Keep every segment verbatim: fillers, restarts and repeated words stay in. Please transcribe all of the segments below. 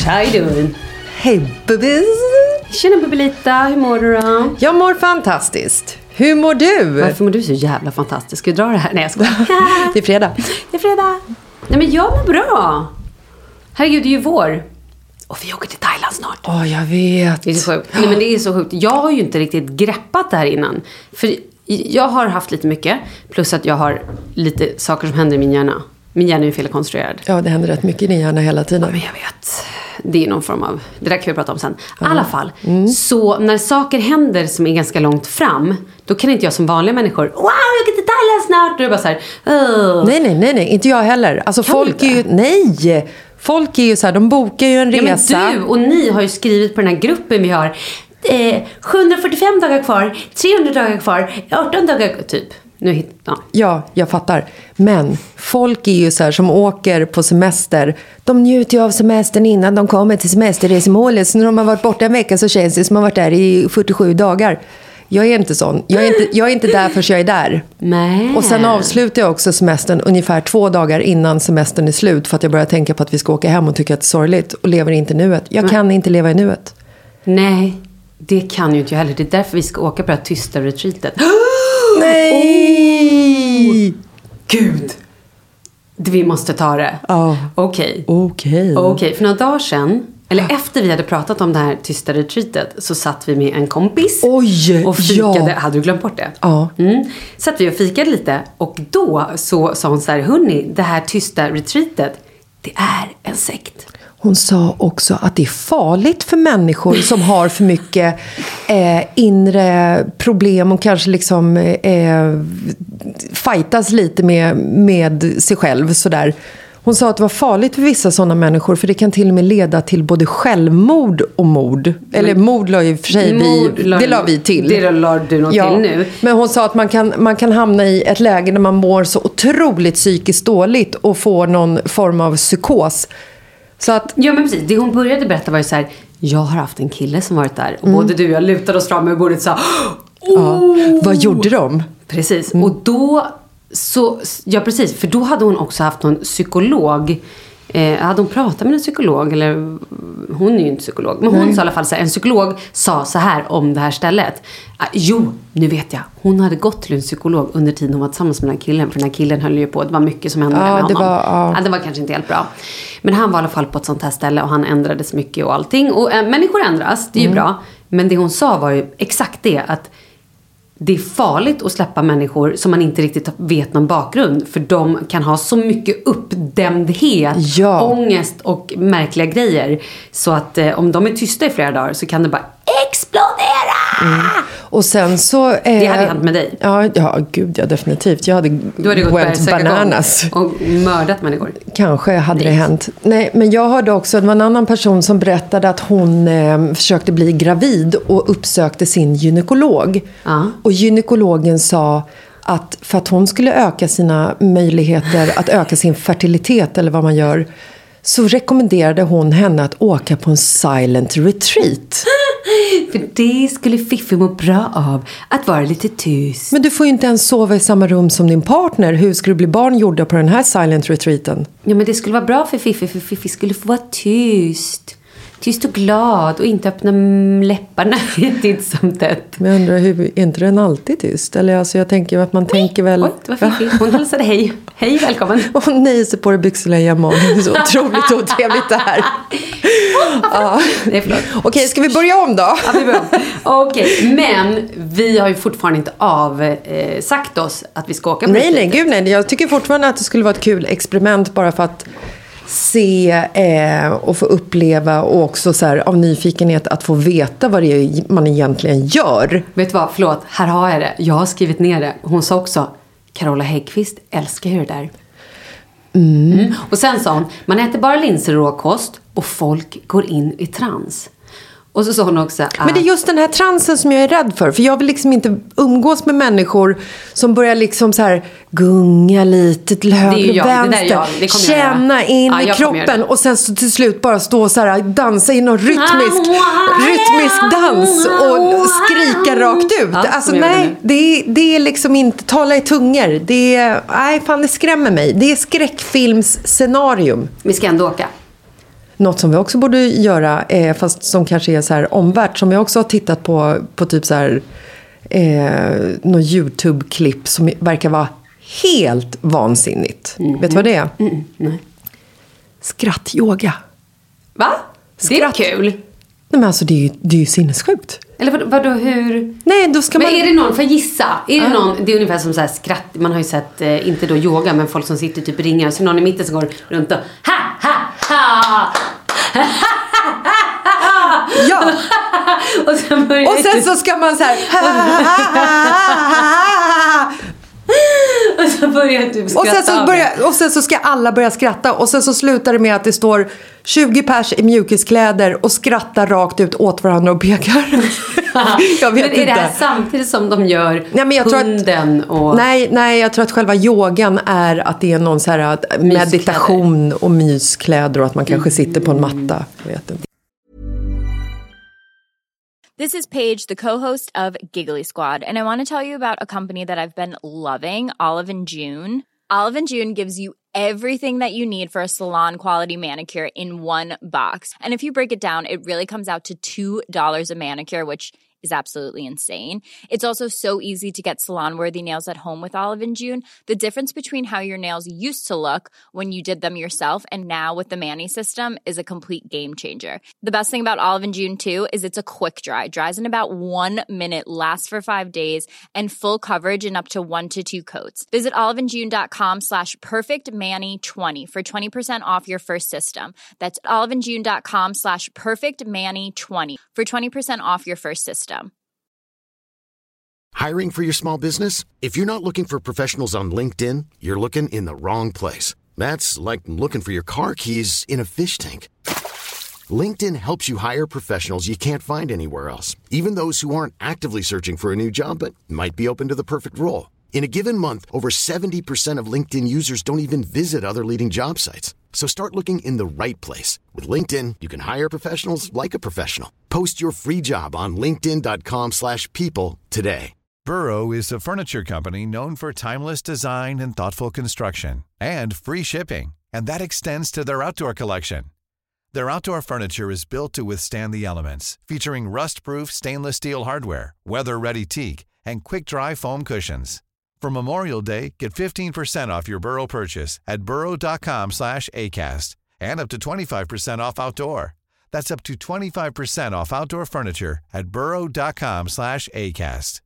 how you doing? Hej bubis! Tjena Bubbelita, hur mår du då? Jag mår fantastiskt. Hur mår du? Varför mår du så jävla fantastiskt? Ska vi dra det här? Nej, jag skojar. Det är fredag. Det är fredag. Nej, men jag mår bra. Herregud, det är ju vår. Och vi åker till Thailand snart. Åh, oh, jag vet. Det är så sjukt. Nej, men det är så sjukt. Jag har ju inte riktigt greppat det här innan. För jag har haft lite mycket. Plus att jag har lite saker som händer i min hjärna. Min hjärna är ju felkonstruerad. Ja, det händer rätt mycket i din hjärna hela tiden. Ja, men jag vet. Det är någon form av... Det där kan vi prata om sen. I ja. alla fall. Mm. Så när saker händer som är ganska långt fram. Då kan inte jag som vanliga människor... Wow, jag åker till Thailand snart. Och det är bara så här... Uh. Nej, nej, nej, nej. Inte jag heller. Alltså kan folk är ju... Nej! Folk är ju så här... De bokar ju en resa. Ja, men du och ni har ju skrivit på den här gruppen vi har. Eh, sjuhundrafyrtiofem dagar kvar. trehundra dagar kvar. arton dagar typ. Nu hit, ja. ja, jag fattar. Men folk är ju så här som åker på semester. De njuter ju av semestern innan de kommer till semesterresmålet. Så när de har varit borta en vecka så känns det som att de har varit där i fyrtiosju dagar. Jag är inte sån. Jag är inte, jag är inte där förrän jag är där. Nej. Och sen avslutar jag också semestern ungefär två dagar innan semestern är slut. För att jag börjar tänka på att vi ska åka hem och tycker att det är sorgligt. Och lever inte i nuet. Jag kan inte leva i nuet. Nej, det kan ju inte jag heller. Det är därför vi ska åka på det här tysta retreatet. Nej! Oh, Gud! Vi måste ta det. Oh. Okej. Okej. Okej, för några dagar sedan, eller efter vi hade pratat om det här tysta retreatet, så satt vi med en kompis. Oj, och fikade. ja. Hade du glömt bort det? Ja. Mm. Satt vi och fikade lite. Och då så sa hon så här: hörni, det här tysta retreatet, det är en sekt. Hon sa också att det är farligt för människor som har för mycket eh, inre problem och kanske liksom eh, fightas lite med, med sig själv. Sådär. Hon sa att det var farligt för vissa sådana människor, för det kan till och med leda till både självmord och mord. Eller men, mord la ju för sig vi, la, det la vi till. Det la du nog ja, till nu. Men hon sa att man kan, man kan hamna i ett läge där man mår så otroligt psykiskt dåligt och får någon form av psykos. Så att, ja, men precis. Det hon började berätta var ju så här: jag har haft en kille som varit där. Och mm. både du och jag lutade oss fram med bordet och sa: oh! ja, vad gjorde de? Precis. Mm. Och då så, ja precis, för då hade hon också haft någon psykolog. Eh, hade hon pratat med en psykolog, eller hon är ju inte psykolog, men hon mm. sa i alla fall så här, en psykolog sa så här om det här stället. Ah, jo, nu vet jag. Hon hade gått till en psykolog under tiden hon var tillsammans med den här killen, för den här killen höll ju på, det var mycket som hände ja, med honom. Det var, ja. Ja, det var kanske inte helt bra. Men han var i alla fall på ett sånt här ställe och han ändrades mycket och allting. Och äh, människor ändras, det är ju mm. bra. Men det hon sa var ju exakt det, att det är farligt att släppa människor som man inte riktigt vet någon bakgrund. För de kan ha så mycket uppdämdhet, ja. ångest och märkliga grejer. Så att eh, om de är tysta i flera dagar så kan det bara explodera! Mm. Och sen så... Eh, det hade hänt med dig. Ja, ja, gud, ja, definitivt. Jag hade, du hade gått went bananas. Och mördat människor. Kanske hade Nej. det hänt. Nej, men jag hörde också, det var en annan person som berättade att hon eh, försökte bli gravid och uppsökte sin gynekolog. Ja. Och gynekologen sa att för att hon skulle öka sina möjligheter att öka sin fertilitet, eller vad man gör, så rekommenderade hon henne att åka på en silent retreat. För det skulle Fiffi må bra av, att vara lite tyst. Men du får ju inte ens sova i samma rum som din partner. Hur ska du bli barngjorda på den här silent retreaten? Ja, men det skulle vara bra för Fiffi, för Fiffi skulle få vara tyst. Tyst och glad och inte öppna läpparna titt som tätt. Men jag undrar, hur, är inte den alltid tyst? Eller alltså jag tänker att man nej. tänker väl... Oj, det var Fiffi. Hon hälsade hej. Hej, välkommen. Och nej, så på det byxorna i imorgon. Det är så otroligt otrevligt det här. Ja. Nej, förlåt. Okej, ska vi börja om då? Ja, vi börjar om. Okej, men vi har ju fortfarande inte avsagt oss att vi ska åka på Nej, nej, gud nej. Jag tycker fortfarande att det skulle vara ett kul experiment bara för att se eh, och få uppleva och också så här, av nyfikenhet att få veta vad det är man egentligen gör. Vet du vad, förlåt, här har jag det. Jag har skrivit ner det. Hon sa också, Carola Häggkvist älskar ju det där. Mm. Mm. Och sen sa hon, man äter bara linser och råkost och folk går in i trans. Och så sa hon också att... Men det är just den här transen som jag är rädd för. För jag vill liksom inte umgås med människor som börjar liksom så här gunga lite till höger och vänster. Det jag, det känna in ja, i kroppen. Och sen så till slut bara stå så här, dansa i någon rytmisk, rytmisk dans och skrika rakt ut. Ja, alltså nej, det är, det är liksom inte tala i tungor. Det är, nej fan det skrämmer mig. Det är skräckfilmsscenarium. Vi ska ändå åka. Något som vi också borde göra, är, fast som kanske är så här omvärt, som jag också har tittat på, på typ så här, eh, någon YouTube-klipp som verkar vara helt vansinnigt. Mm. Vet du vad det är? Mm. Nej. Skrattyoga. Va? Skratt. Det är kul. Nej, men alltså det är ju, det är ju sinnessjukt. Eller vad, vadå, hur? Nej, då ska men man... är det någon, för gissa, är det uh. någon, det är ungefär som så här skratt, man har ju sett, eh, inte då yoga, men folk som sitter typ i ringar, så någon i mitten som går runt och ha, ha, ha. Ja. och sen, och sen så ska man så här och så börjar du skratta. Och sen, så börjar, och sen så ska alla börja skratta. Och sen så slutar det med att det står tjugo pers i mjukiskläder och skrattar rakt ut åt varandra och pekar. Jag vet men är inte. det här samtidigt som de gör nej, men jag hunden tror att, och... Nej, nej, jag tror att själva yogan är att det är någon så här meditation och myskläder och att man kanske sitter på en matta. Jag vet inte. This is Paige, the co-host of Giggly Squad, and I want to tell you about a company that I've been loving, Olive and June. Olive and June gives you everything that you need for a salon-quality manicure in one box. And if you break it down, it really comes out to two dollars a manicure, which is absolutely insane. It's also so easy to get salon-worthy nails at home with Olive and June. The difference between how your nails used to look when you did them yourself and now with the Mani system is a complete game changer. The best thing about Olive and June too is it's a quick dry. Dries in about one minute, lasts for five days, and full coverage in up to one to two coats. Visit oliveandjune.com slash perfectmani20 for twenty percent off your first system. That's oliveandjune.com slash perfectmani20 for twenty percent off your first system. Hiring for your small business? If you're not looking for professionals on LinkedIn, you're looking in the wrong place. That's like looking for your car keys in a fish tank. LinkedIn helps you hire professionals you can't find anywhere else, even those who aren't actively searching for a new job but might be open to the perfect role. In a given month, over seventy percent of LinkedIn users don't even visit other leading job sites. So start looking in the right place. With LinkedIn, you can hire professionals like a professional. Post your free job on linkedin.com slash people today. Burrow is a furniture company known for timeless design and thoughtful construction, and free shipping, and that extends to their outdoor collection. Their outdoor furniture is built to withstand the elements, featuring rust-proof stainless steel hardware, weather-ready teak, and quick-dry foam cushions. For Memorial Day, get fifteen percent off your Burrow purchase at burrow.com slash ACAST and up to twenty-five percent off outdoor. That's up to twenty-five percent off outdoor furniture at burrow.com slash ACAST.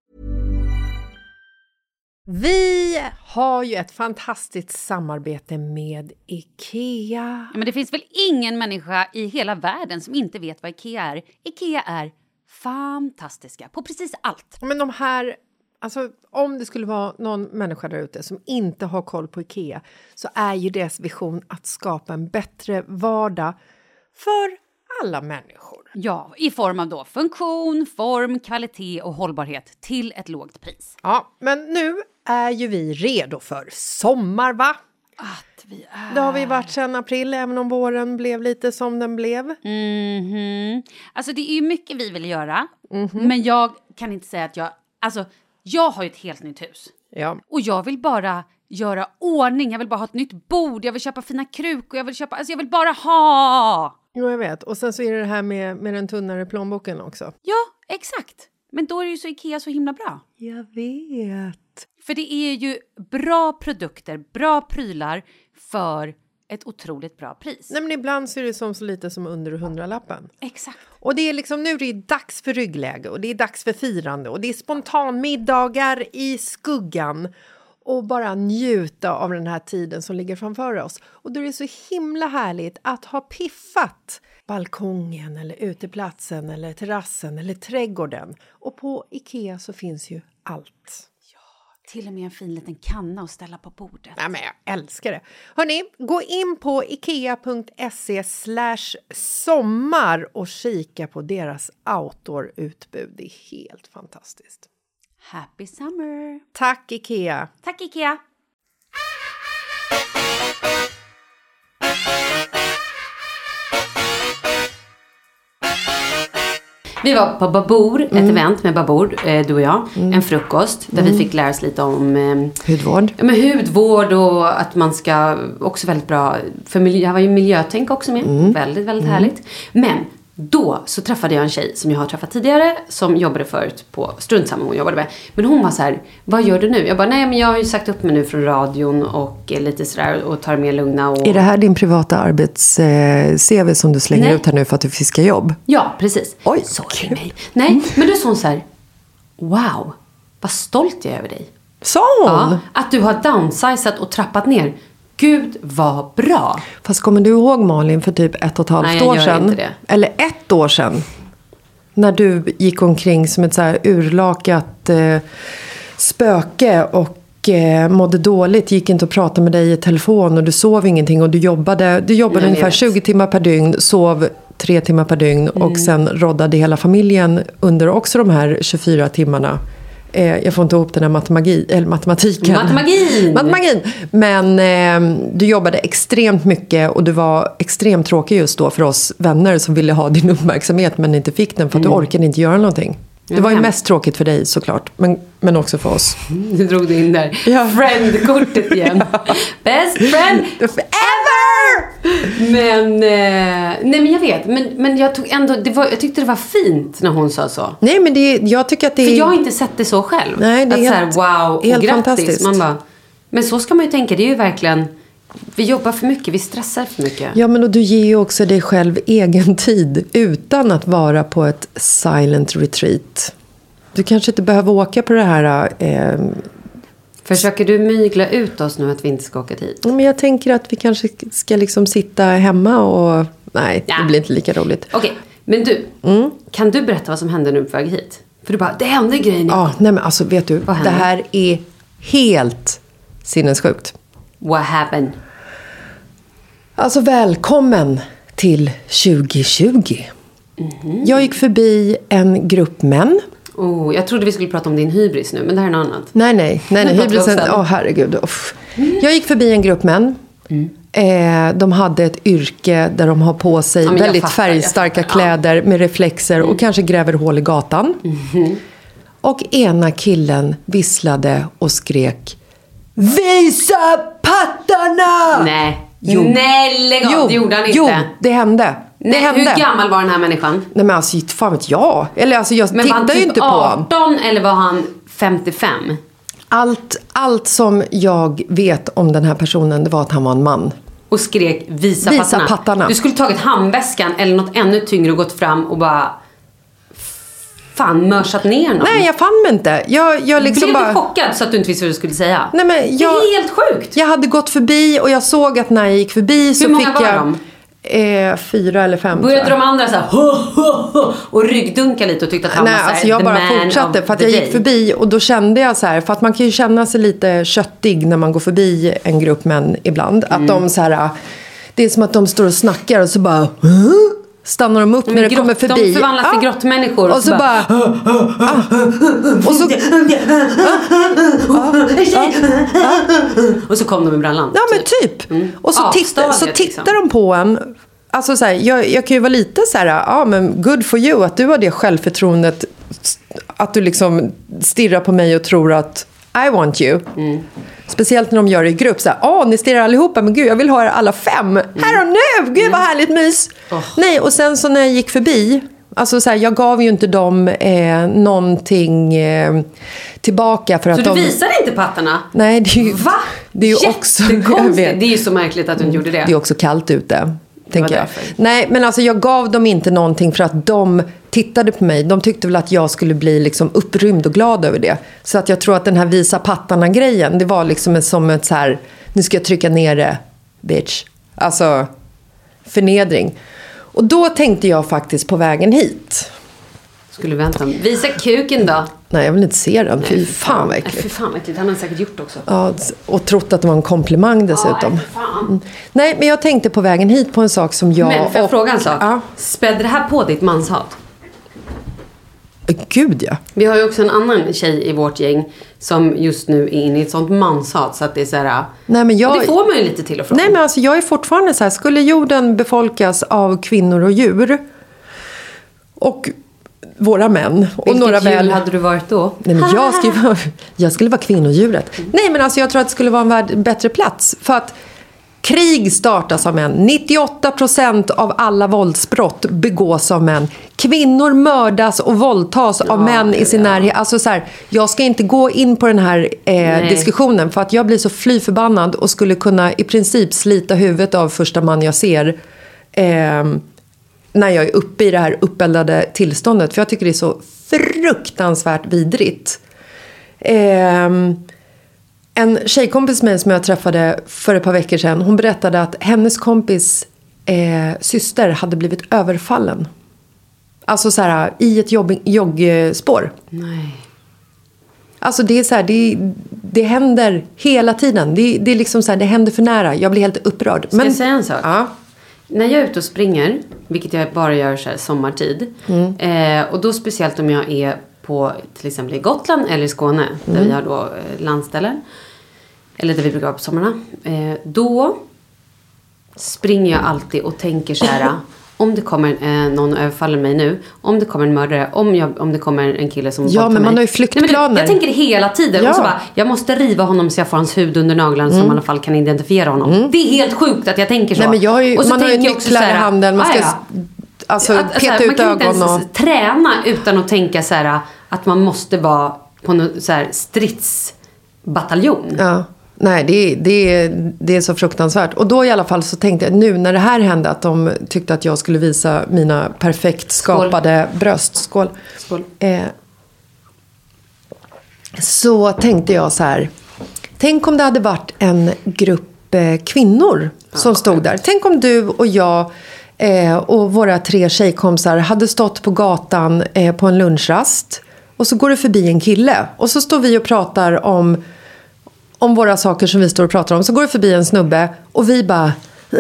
Vi har ju ett fantastiskt samarbete med IKEA. Ja, men det finns väl ingen människa i hela världen som inte vet vad IKEA är. IKEA är fantastiska på precis allt. Men de här... Alltså, om det skulle vara någon människa där ute som inte har koll på IKEA, så är ju deras vision att skapa en bättre vardag för alla människor. Ja, i form av då funktion, form, kvalitet och hållbarhet till ett lågt pris. Ja, men nu är ju vi redo för sommar, va? Att vi är... Det har vi varit sedan april, även om våren blev lite som den blev. Mhm. Alltså det är ju mycket vi vill göra, Mm-hmm. men jag kan inte säga att jag... Alltså... Jag har ju ett helt nytt hus. Ja. Och jag vill bara göra ordning. Jag vill bara ha ett nytt bord. Jag vill köpa fina krukor. Jag vill köpa... Alltså jag vill bara ha! Jo, jag vet. Och sen så är det det här med, med den tunnare plånboken också. Ja, exakt. Men då är det ju så IKEA så himla bra. Jag vet. För det är ju bra produkter, bra prylar för ett otroligt bra pris. Nej, men ibland så är det som så lite som under hundralappen. Exakt. Och det är liksom, nu är det dags för ryggläge och det är dags för firande och det är spontanmiddagar i skuggan och bara njuta av den här tiden som ligger framför oss. Och då är det så himla härligt att ha piffat balkongen eller uteplatsen eller terrassen eller trädgården. Och på IKEA så finns ju allt. Till och med en fin liten kanna att ställa på bordet. Ja, men jag älskar det. Hörrni, gå in på ikea.se slash sommar och kika på deras outdoor-utbud. Det är helt fantastiskt. Happy summer! Tack IKEA! Tack IKEA! Vi var på Babor, ett mm. event med Babor, eh, du och jag. Mm. En frukost där mm. vi fick lära oss lite om eh, hudvård. Ja, men hudvård och att man ska, också väldigt bra, för miljö, jag var ju miljötänk också med. Mm. Väldigt, väldigt mm. härligt. Men då så träffade jag en tjej som jag har träffat tidigare, som jobbade förut på, strunt samma hon jobbade med. Men hon var så här, vad gör du nu? Jag bara, nej men jag har ju sagt upp mig nu från radion och lite sådär och tar mer lugna. Och... Är det här din privata arbets-C V som du slänger nej. ut här nu för att du fiskar jobb? Ja, precis. Oj, så är det mig. Nej, men du sa så här, wow, vad stolt jag är över dig. Sa hon? Ja, att du har downsizat och trappat ner. Gud, vad bra. Fast kommer du ihåg Malin för typ ett och ett halvt Nej, år sedan? Inte det. Eller ett år sedan. När du gick omkring som ett så här urlakat eh, spöke och eh, mådde dåligt. Gick inte att prata med dig i telefon och du sov ingenting. Och du jobbade, du jobbade Nej, ungefär tjugo timmar per dygn. Sov tre timmar per dygn. Mm. Och sen roddade hela familjen under också de här tjugofyra timmarna. Jag får inte ihop den här matemagi, eller matematiken. Matemagin! Matemagin! Men eh, du jobbade extremt mycket och du var extremt tråkig just då för oss vänner som ville ha din uppmärksamhet men inte fick den för att mm. du orkade inte göra någonting. Det var ju mest tråkigt för dig såklart, men, men också för oss. Du drog det in där. Ja. Friend-kortet igen. Best friend ever! Men, eh, nej men jag vet. Men, men jag, tog ändå, det var, jag tyckte det var fint när hon sa så. Nej men det, jag tycker att det är... För jag har inte sett det så själv. Nej, det är att helt, så här, wow, helt och fantastiskt. Man bara, men så ska man ju tänka, det är ju verkligen... Vi jobbar för mycket, vi stressar för mycket. Ja, men och du ger ju också dig själv egen tid utan att vara på ett silent retreat. Du kanske inte behöver åka på det här... Eh... Försöker du mygla ut oss nu att vi inte ska åka hit? Ja, men jag tänker att vi kanske ska liksom sitta hemma och... Nej, ja. Det blir inte lika roligt. Okej, okay. Men du, mm. kan du berätta vad som hände nu på väg hit? För du bara, det hände grejer. Ja, nej men alltså vet du, det här är helt sinnessjukt. What happened? Alltså välkommen till tjugo tjugo. Mm-hmm. Jag gick förbi en grupp män. Oh, jag trodde vi skulle prata om din hybris nu, men det här är något annat. Nej, nej. nej, nej hybrisen, åh oh, herregud. Mm. Jag gick förbi en grupp män. Mm. Eh, de hade ett yrke där de har på sig ja, väldigt fattar, färgstarka kläder ja. med reflexer mm. och kanske gräver hål i gatan. Mm-hmm. Och ena killen visslade och skrek: Visa pattarna! Nej. Jo. Nej, lägg av. Det gjorde han inte. Jo, det hände. Det Nej, hände. Hur gammal var den här människan? Nej, men alltså, fan vet jag. Eller alltså, jag men tittar typ ju inte på honom. arton eller var han femtiofem? Allt, allt som jag vet om den här personen, det var att han var en man. Och skrek, visa, visa pattarna. pattarna. Du skulle tagit handväskan eller något ännu tyngre och gått fram och bara... Fan, mörsat ner någon. Nej, jag fann mig inte. Jag, jag liksom blev bara... du chockad så att du inte visste vad du skulle säga? Nej, men jag... Det är helt sjukt. Jag hade gått förbi och jag såg att när jag gick förbi Hur så många fick var jag... de? Eh, fyra eller fem. Började de andra så här ho, ho, ho, och ryggdunka lite och tyckte att han Nej, var så här, alltså jag bara fortsatte för att jag gick day. förbi och då kände jag så här, för att man kan ju känna sig lite köttig när man går förbi en grupp män ibland. Mm. Att de så här, det är som att de står och snackar och så bara huh? Stannar de upp när det grott, kommer förbi. De förvandlas till ah. grottmänniskor. Och, och så, så bara... bara ah. Och så... Och så kom de i brallan. Ja, men typ. Mm. Och så, titta, så tittar liksom. de på en. Alltså så här, jag, jag kan ju vara lite så här, ja ah, men good for you att du har det självförtroendet. Att du liksom stirrar på mig och tror att I want you. Mm. Speciellt när de gör det i grupp. Ja, ah, ni stirrar allihopa. Men gud, jag vill ha er alla fem. Mm. Här och nu! Gud, vad härligt mys. Oh. Nej, och sen så när jag gick förbi. Alltså så här, jag gav ju inte dem eh, någonting eh, tillbaka. För så att du de... visar inte pattarna? Nej, det är ju... Va? Det är ju också... Det är ju så märkligt att du inte gjorde det. Det är också kallt ute. Tänker jag. Nej, men alltså jag gav dem inte någonting för att de tittade på mig. De tyckte väl att jag skulle bli liksom upprymd och glad över det. Så att jag tror att den här visa pattarna-grejen, det var liksom som ett så här, nu ska jag trycka ner det, bitch. Alltså, förnedring. Och då tänkte jag faktiskt på vägen hit. Skulle vänta. Visa kuken då. Nej, jag vill inte se den. Fy fan vad äckligt. Fy fan vad äckligt. Han har säkert gjort också. Ja, och trott att det var en komplimang dessutom. Ja, fan. Mm. Nej, men jag tänkte på vägen hit på en sak som jag... Men får jag och... fråga en sak? Ja. Spädde det här på ditt manshat? Gud, ja. Vi har ju också en annan tjej i vårt gäng som just nu är inne i ett sånt manshat så att det är så här... Nej, men jag... Och det får man ju lite till och från. Nej, men alltså jag är fortfarande så här, skulle jorden befolkas av kvinnor och djur och våra män. Och vilket några djur väl... hade du varit då? Nej, men jag, skulle vara, jag skulle vara kvinnodjuret. Mm. Nej, men alltså jag tror att det skulle vara en värld, bättre plats. För att krig startas av män. nittioåtta procent av alla våldsbrott begås av män. Kvinnor mördas och våldtas ja, av män i sin ja. närhet. Alltså så här, jag ska inte gå in på den här eh, diskussionen. För att jag blir så fly förbannad och skulle kunna i princip slita huvudet av första man jag ser. Eh, när jag är uppe i det här uppeldade tillståndet. För jag tycker det är så fruktansvärt vidrigt. Eh, en tjejkompis med mig som jag träffade för ett par veckor sedan. Hon berättade att hennes kompis eh, syster hade blivit överfallen. Alltså så här i ett jobb, joggspår. Nej. Alltså det är så här, det, det händer hela tiden. Det, det är liksom så här, det händer för nära. Jag blir helt upprörd. Ska Men, jag säga en sak? Ja. När jag är ute och springer, vilket jag bara gör så här sommartid. Mm. Eh, och då speciellt om jag är på till exempel i Gotland eller i Skåne. Mm. Där vi har då eh, landställen. Eller där vi brukar vara på sommarna. Eh, då springer jag alltid och tänker så här. Om det kommer eh, någon och överfaller mig nu. Om det kommer en mördare. Om, jag, om det kommer en kille som ja, men man mig. har ju flyktplaner. Nej, men jag tänker det hela tiden. Ja. Och så bara, jag måste riva honom så jag får hans huvud under naglarna. Mm. Så man i alla fall kan identifiera honom. Mm. Det är helt sjukt att jag tänker så. Nej, men jag har ju, och så man har ju nycklar i handen. Man ska ja. alltså, att, peta alltså, ut man kan ögon. inte ens och... träna utan att tänka så här, att man måste vara på någon så här stridsbataljon. Ja. Nej, det är, det, är, det är så fruktansvärt. Och då i alla fall så tänkte jag nu när det här hände att de tyckte att jag skulle visa mina perfekt skapade Skål. bröst. Skål. Skål. Eh, så tänkte jag så här. Tänk om det hade varit en grupp eh, kvinnor som ja, stod där. Tänk om du och jag eh, och våra tre tjejkompisar hade stått på gatan eh, på en lunchrast. Och så går det förbi en kille. Och så står vi och pratar om... om våra saker som vi står och pratar om. Så går det förbi en snubbe och vi bara...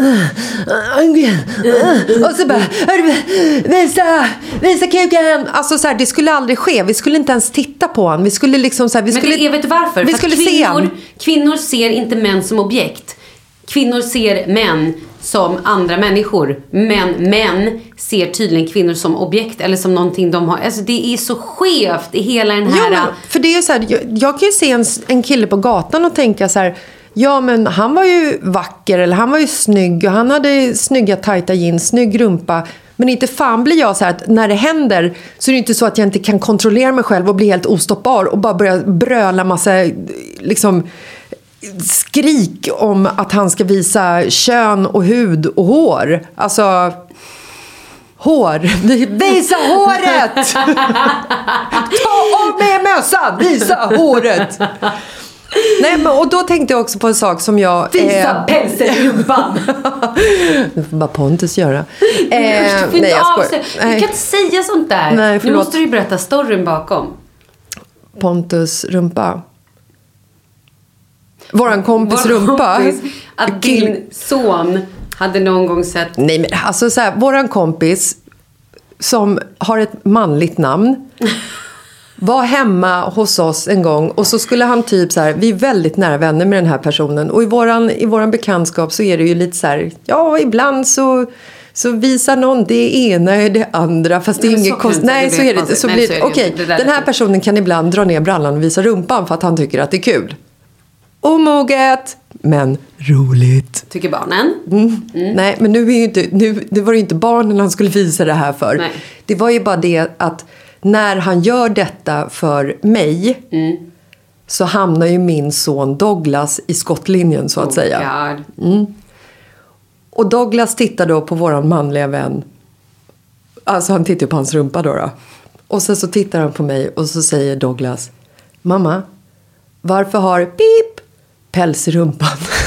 Och så bara... Visa! Visa kuken! Alltså så här, det skulle aldrig ske. Vi skulle inte ens titta på han. Vi skulle liksom så här, vi Men skulle, det, jag vet varför. Vi För skulle kvinnor, se kvinnor ser inte män som objekt. Kvinnor ser män som andra människor. Men män ser tydligen kvinnor som objekt. Eller som någonting de har. Alltså det är så skevt i hela den här... Ja, men, för det är så här, jag, jag kan ju se en, en kille på gatan och tänka så här... Ja, men han var ju vacker. Eller han var ju snygg. Och han hade snygga tajta jeans. Snygg rumpa. Men inte fan blir jag så här att när det händer så är det inte så att jag inte kan kontrollera mig själv och bli helt ostoppbar. Och bara börja bröla massa liksom... skrik om att han ska visa kön och hud och hår. Alltså hår. Visa håret. Ta av med mössan. Visa håret. Nej, men, och då tänkte jag också på en sak som jag... Visa eh, pälsen i rumpan. Det får bara Pontus göra. Eh, du, nej, inte jag du kan inte säga sånt där. Nej, nu måste du berätta storyn bakom. Pontus rumpa. Våran kompis Vår rumpa. Kompis, att din son hade någon gång sett... Nej, men alltså så här, våran kompis som har ett manligt namn var hemma hos oss en gång och så skulle han typ så här, vi är väldigt nära vänner med den här personen och i våran, i våran bekantskap så är det ju lite så här, ja ibland så... Så visar någon det ena är det andra. Fast det är inget kost... Nej, så är det. Så blir det. Okej, okay, den här personen kan ibland dra ner brallan och visa rumpan för att han tycker att det är kul. Omoget, men roligt. Tycker barnen. Mm. Mm. Nej, men nu är ju inte, nu, det var ju inte barnen han skulle visa det här för. Nej. Det var ju bara det att när han gör detta för mig mm. så hamnar ju min son Douglas i skottlinjen så att oh säga. Mm. Och Douglas tittar då på våran manliga vän. Alltså han tittar på hans rumpa då, då. Och sen så tittar han på mig och så säger Douglas: mamma, varför har pip päls i rumpan?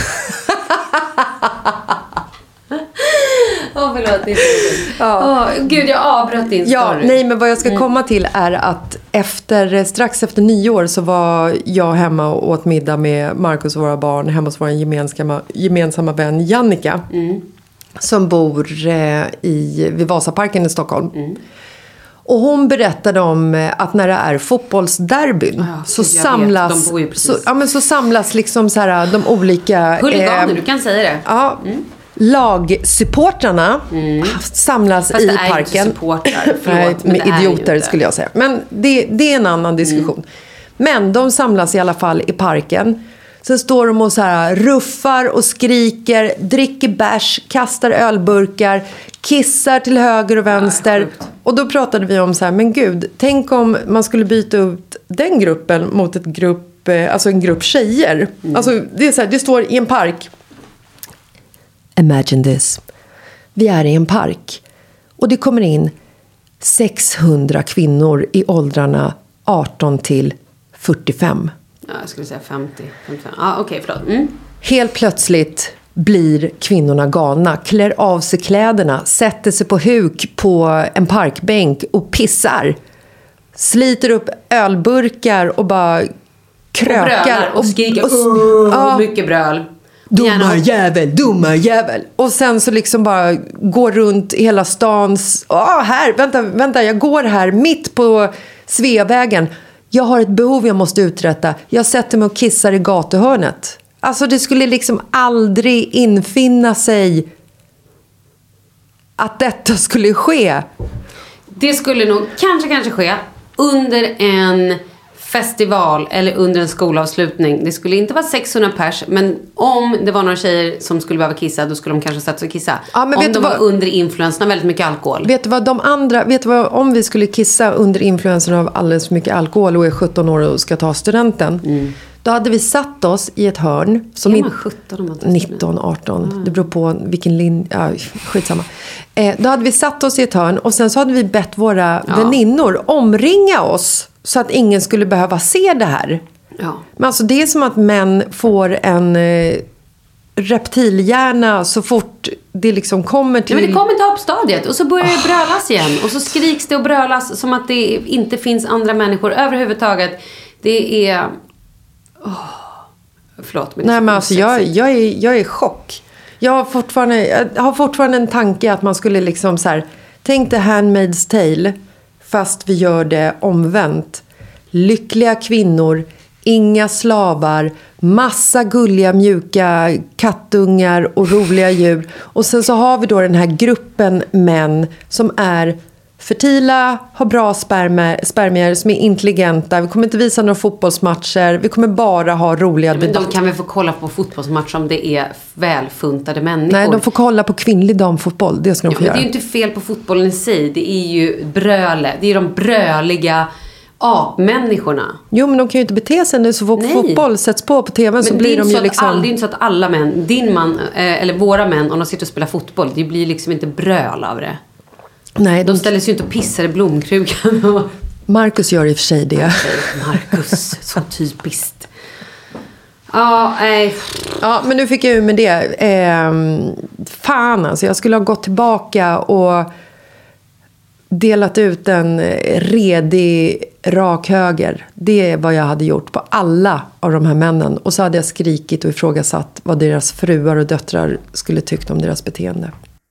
Åh, oh, förlåt. Det är ja. oh, Gud, jag avbröt din story. Ja, nej, men vad jag ska komma till är att efter, strax efter nio år så var jag hemma och åt middag med Marcus och våra barn hemma hos vår gemensamma, gemensamma vän Jannica. Mm. Som bor eh, i, vid Vasaparken i Stockholm. Mm. Och hon berättade om att när det är fotbollsderbyn ja, så samlas så, ja, men så samlas liksom så här de olika huliganer, eh, du kan säga det. Ja. Mm. lagsupportrarna mm. samlas Fast i det är parken. Inte supportrar, förlåt, Nej, med idioter skulle jag säga. Men det, det är en annan diskussion. Mm. Men de samlas i alla fall i parken. Sen står de och så här ruffar och skriker, dricker bärs, kastar ölburkar, kissar till höger och vänster. Ja, och då pratade vi om så här, men gud, tänk om man skulle byta ut den gruppen mot ett grupp, alltså en grupp tjejer. Mm. Alltså det är så här, det står i en park. Imagine this. Vi är i en park. Och det kommer in sexhundra kvinnor i åldrarna arton till fyrtiofem. Ja, jag skulle säga femtio. femtiofem. Ja, okej, okay, förlåt. Mm. Helt plötsligt blir kvinnorna galna. Klär av sig kläderna. Sätter sig på huk på en parkbänk och pissar. Sliter upp ölburkar och bara krökar. Och, och skriker. Och, och, och, och mycket bröl. Domarjävel, domarjävel. Och sen så liksom bara går runt hela stans. Åh, här, vänta, vänta, jag går här mitt på Sveavägen. Jag har ett behov jag måste uträtta. Jag sätter mig och kissar i gatuhörnet. Alltså det skulle liksom aldrig infinna sig att detta skulle ske. Det skulle nog kanske, kanske ske under en festival eller under en skolavslutning. Det skulle inte vara sexhundra pers, men om det var några tjejer som skulle behöva kissa, då skulle de kanske sätta sig och kissa. Ja, men om de var vad, under influensen av väldigt mycket alkohol. Vet du vad de andra, vet du vad, om vi skulle kissa under influensen av alldeles för mycket alkohol och är sjutton år och ska ta studenten, mm. då hade vi satt oss i ett hörn som är man sjutton om man tar nitton, arton, mm. det beror på vilken linje, ja, skitsamma. Eh, då hade vi satt oss i ett hörn och sen så hade vi bett våra ja. väninnor omringa oss så att ingen skulle behöva se det här. Ja. Men alltså det är som att män får en eh, reptilhjärna så fort det liksom kommer till... Ja, men det kommer till uppstadiet och så börjar det brölas igen. Och så skriks det och brölas som att det inte finns andra människor överhuvudtaget. Det är... Oh. Förlåt. Men Nej, men alltså jag, jag, är, jag är i chock. Jag har, fortfarande, jag har fortfarande en tanke att man skulle liksom så här... Tänk dig Handmaid's Tale... Fast vi gör det omvänt. Lyckliga kvinnor, inga slavar, massa gulliga mjuka kattungar och roliga djur. Och sen så har vi då den här gruppen män som är fertila, har bra spermier, spermier som är intelligenta. Vi kommer inte visa några fotbollsmatcher. Vi kommer bara ha roliga ja, men de kan väl få kolla på fotbollsmatcher om det är välfuntade människor. Nej, de får kolla på kvinnlig damfotboll. Det ska de ja, få göra. Det är ju inte fel på fotbollen i sig. Det är ju bröle. Det är de bröliga apmänniskorna. Jo, men de kan ju inte bete sig nu så fort fotboll sätts på på tvn så blir de ju liksom... All, det är inte så att alla män, din man eh, eller våra män, om de sitter och spelar fotboll, det blir liksom inte bröl av det. Nej, de, de ställer sig ju inte och pissar i blomkrukan. Marcus gör i och för sig det. Marcus, så typiskt. Ja, nej. Ja, men nu fick jag ju med det. Eh, fan alltså, jag skulle ha gått tillbaka och delat ut en redig rak höger. Det är vad jag hade gjort på alla av de här männen. Och så hade jag skrikit och ifrågasatt vad deras fruar och döttrar skulle tyckt om deras beteende.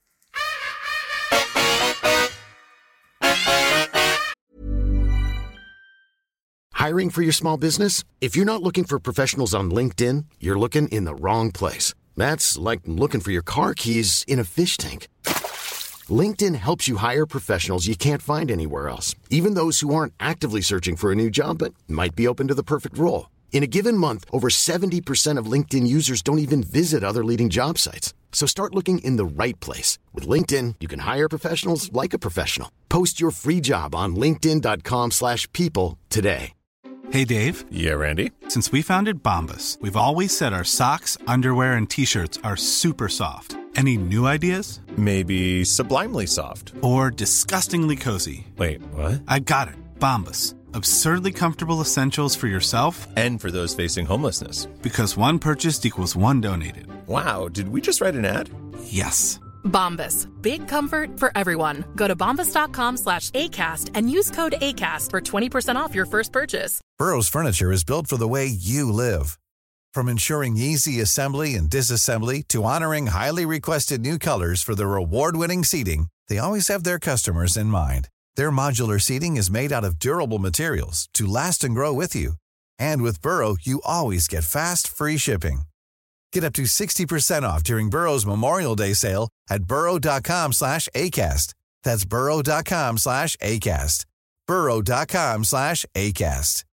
Hiring for your small business? If you're not looking for professionals on LinkedIn, you're looking in the wrong place. That's like looking for your car keys in a fish tank. LinkedIn helps you hire professionals you can't find anywhere else, even those who aren't actively searching for a new job but might be open to the perfect role. In a given month, over seventy percent of LinkedIn users don't even visit other leading job sites. So start looking in the right place. With LinkedIn, you can hire professionals like a professional. Post your free job on linkedin dot com slash people today. Hey, Dave. Yeah, Randy. Since we founded Bombas, we've always said our socks, underwear, and T-shirts are super soft. Any new ideas? Maybe sublimely soft. Or disgustingly cozy. Wait, what? I got it. Bombas. Absurdly comfortable essentials for yourself. And for those facing homelessness. Because one purchased equals one donated. Wow, did we just write an ad? Yes. Bombas. Big comfort for everyone. Go to bombas dot com slash ACAST and use code ACAST for twenty percent off your first purchase. Burrow's furniture is built for the way you live. From ensuring easy assembly and disassembly to honoring highly requested new colors for their award-winning seating, they always have their customers in mind. Their modular seating is made out of durable materials to last and grow with you. And with Burrow, you always get fast, free shipping. Get up to sixty percent off during Burrow's Memorial Day sale at burrow.com slash ACAST. That's burrow.com slash ACAST. burrow.com slash ACAST.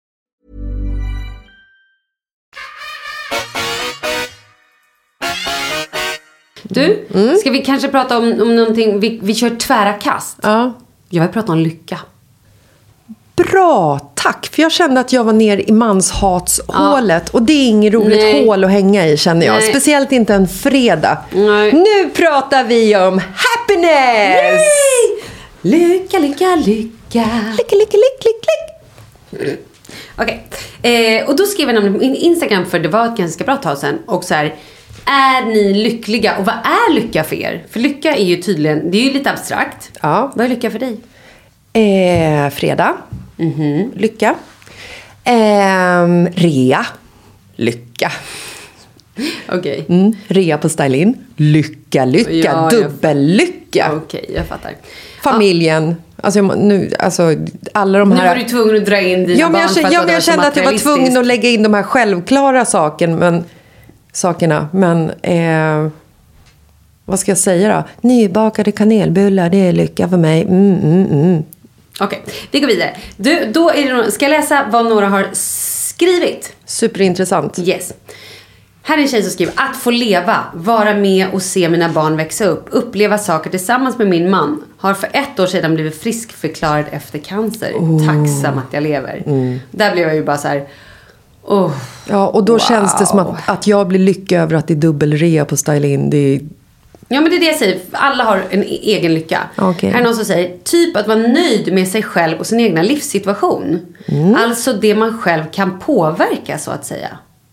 Du, mm. ska vi kanske prata om, om någonting, vi, vi kör tvära kast. Ja. Jag vill prata om lycka. Bra, tack. För jag kände att jag var ner i manshatshålet. Ja. Och det är inget roligt Nej. hål att hänga i, känner jag. Nej. Speciellt inte en fredag. Nej. Nu pratar vi om happiness! Yay! Lycka, lycka, lycka. Lycka, lycka, lycka, lycka. Mm. Okej. Okay. Eh, och då skrev jag nämligen på Instagram, för det var ett ganska bra tag sedan. Och så här, är ni lyckliga? Och vad är lycka för er? För lycka är ju tydligen, det är ju lite abstrakt. Ja. Vad är lycka för dig? Eh, fredag. Mm-hmm. Lycka. Eh, rea. Lycka. Okej. Okay. Mm. Rea på Stylin. Lycka, lycka. Ja, dubbellycka. Okej, okay, jag fattar. Familjen. Ja. Alltså, nu, alltså, alla de här... Nu var du tvungen att dra in dina ja, men jag, barn för att ja, men jag kände att jag var tvungen att lägga in de här självklara saken, men, sakerna. Men... Eh, vad ska jag säga då? Nybakade kanelbullar, det är lycka för mig. Mm, mm, mm. Okej, okay, vi går vidare. Du, då är det någon, ska jag läsa vad några har skrivit? Superintressant. Yes. Här är en tjej som skriver: att få leva, vara med och se mina barn växa upp, uppleva saker tillsammans med min man. Har för ett år sedan blivit friskförklarad efter cancer. Oh. Tacksam att jag lever. Mm. Där blev jag ju bara så här... Oh, ja, och då wow. känns det som att, att jag blir lycklig över att det är dubbelrea på Stylin. Det är... Ja, men det är det jag säger. Alla har en egen lycka. Okay. Här är någon som säger: typ att vara nöjd med sig själv och sin egna livssituation. Mm. Alltså det man själv kan påverka, så att säga.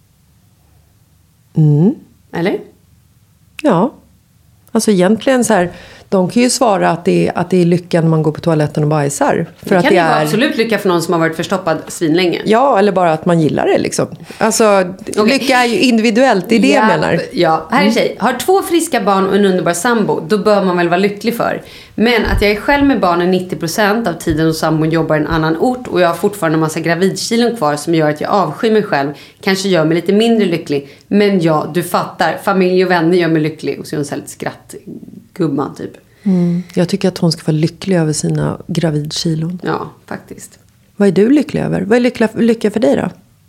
Mm. Eller? Ja. Alltså egentligen så här, de kan ju svara att det är, att det är lyckan när man går på toaletten och bajsar. För det att kan det ju är... vara absolut lycka för någon som har varit förstoppad svinlänge. Ja, eller bara att man gillar det liksom. Alltså, okay. Lycka är ju individuellt, det är det ja, jag menar. Ja, här är en tjej. Har två friska barn och en underbar sambo, då bör man väl vara lycklig för. Men att jag är själv med barnen nittio procent av tiden och sambon jobbar i en annan ort och jag har fortfarande en massa gravidkilon kvar som gör att jag avskyr mig själv, kanske gör mig lite mindre lycklig. Men ja, du fattar. Familj och vänner gör mig lycklig. Och så är hon så här lite skrattgumman typ. Mm. Jag tycker att hon ska vara lycklig över sina gravidkilon. Ja, faktiskt. Vad är du lycklig över? Vad är lycka, lycka för dig då?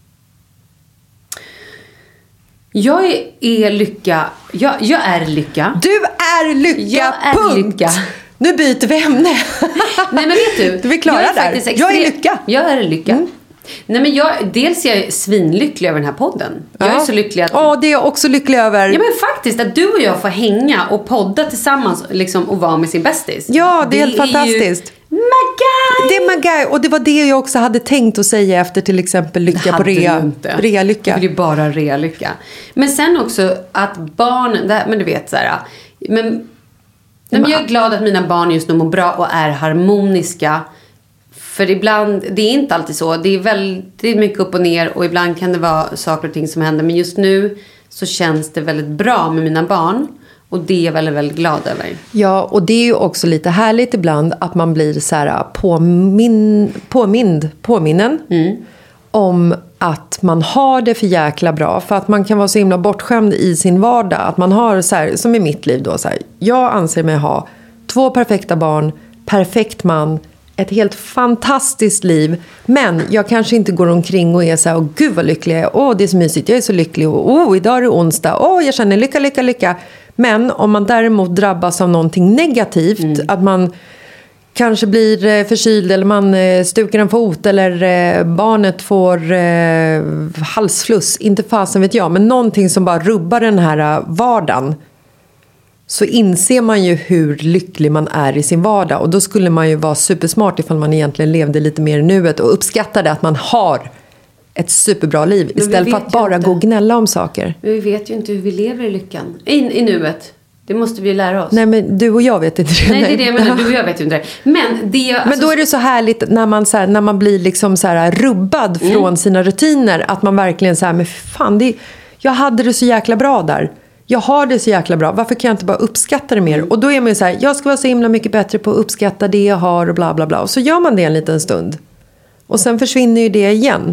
Jag är, är lycka. Jag, jag är lycka. Du är lycka, jag är punkt! Lycka. Nu byter vi ämne. Nej, men vet du? Du är klara jag är där. Extrem... Jag är lycka. Jag är lycka. Mm. Nej, men jag, dels är jag svinlycklig över den här podden. Jag ja. är så lycklig att... Ja, det är jag också lycklig över. Ja, men faktiskt att du och jag får hänga och podda tillsammans liksom, och vara med sin bästis. Ja, det är det helt är fantastiskt. Magaj! Det är magaj. Och det var det jag också hade tänkt att säga efter till exempel lycka på rea. Rea-lycka. Det blir bara rea-lycka. Men sen också att barn... Men du vet så här... Men, nej, men jag är glad att mina barn just nu mår bra och är harmoniska. För ibland, det är inte alltid så. Det är väldigt mycket upp och ner. Och ibland kan det vara saker och ting som händer. Men just nu så känns det väldigt bra med mina barn. Och det är jag väldigt, väldigt glad över. Ja, och det är ju också lite härligt ibland att man blir så här påmin, påmind, påminnen mm. om att man har det för jäkla bra. För att man kan vara så himla bortskämd i sin vardag. Att man har så här, som i mitt liv då, så här, jag anser mig ha två perfekta barn, perfekt man, ett helt fantastiskt liv. Men jag kanske inte går omkring och är så här, åh gud vad lycklig jag är. Åh, det är så mysigt, jag är så lycklig. Och åh, idag är det onsdag. Åh, jag känner lycka, lycka, lycka. Men om man däremot drabbas av någonting negativt, mm. att man kanske blir förkyld eller man stukar en fot eller barnet får eh, halsfluss, inte fasen vet jag, men någonting som bara rubbar den här vardagen, så inser man ju hur lycklig man är i sin vardag. Och då skulle man ju vara supersmart ifall man egentligen levde lite mer i nuet och uppskattade att man har ett superbra liv istället för att bara gå och gnälla om saker. Men vi vet ju inte hur vi lever i lyckan. I, i nuet. Det måste vi lära oss. Nej, men du och jag vet inte det. Nej, det är det jag menar. Du och jag vet ju inte det. Men, det, alltså... men då är det så härligt när man, så här, när man blir liksom så här rubbad mm. från sina rutiner. Att man verkligen så här, men fan, det, jag hade det så jäkla bra där. Jag har det så jäkla bra. Varför kan jag inte bara uppskatta det mer? Mm. Och då är man ju så här, jag ska vara så himla mycket bättre på att uppskatta det jag har och bla bla bla. Och så gör man det en liten stund. Och sen försvinner ju det igen.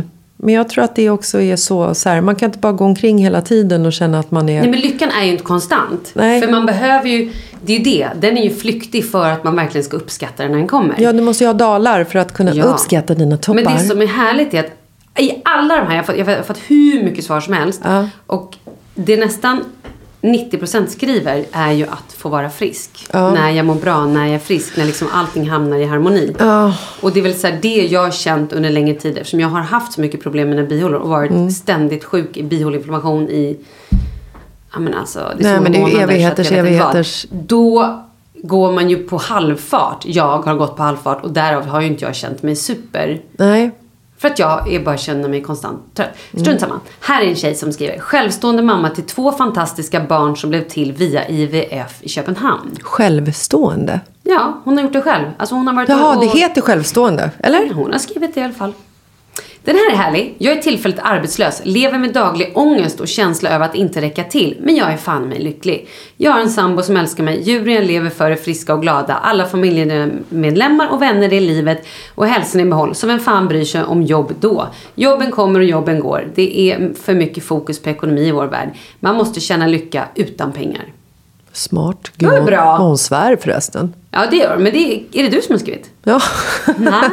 Men jag tror att det också är så, så här, man kan inte bara gå omkring hela tiden och känna att man är... Nej, men lyckan är ju inte konstant. Nej. För man behöver ju, det är ju det, den är ju flyktig för att man verkligen ska uppskatta den när den kommer. Ja, du måste ju ha dalar för att kunna ja. uppskatta dina toppar. Men det som är härligt är att i alla de här, jag har fått, jag har fått hur mycket svar som helst. Ja. Och det är nästan nittio procent skriver är ju att få vara frisk. Ja. När jag mår bra, när jag är frisk, när liksom allting hamnar i harmoni. Ja. Och det är väl så här, det jag har känt under längre tid, eftersom jag har haft så mycket problem med mina bihålor och varit mm. ständigt sjuk i bihåleinflammation i, ja men alltså, det är Nej, så men det är månader, evigheters, så att jag vet inte vad. evigheters. Då går man ju på halvfart. Jag har gått på halvfart och därav har ju inte jag känt mig super. Nej. För att jag är bara känner mig konstant trött. Strunt mm. samma. Här är en tjej som skriver: självstående mamma till två fantastiska barn som blev till via I V F i Köpenhamn. Självstående? Ja, hon har gjort det själv. Alltså hon har varit Jaha, och... det heter självstående, eller? Hon har skrivit det i alla fall. Den här är härlig. Jag är tillfälligt arbetslös, lever med daglig ångest och känsla över att inte räcka till. Men jag är fan mig lycklig. Jag har en sambo som älskar mig. Djuren jag lever för är friska och glada. Alla familjemedlemmar och vänner i livet och hälsan i behåll. Så vem fan bryr sig om jobb då? Jobben kommer och jobben går. Det är för mycket fokus på ekonomi i vår värld. Man måste känna lycka utan pengar. Smart. Gud, det är bra. Hon svär förresten. Ja, det gör. Men det är, är det du som har skrivit? Ja. Nej.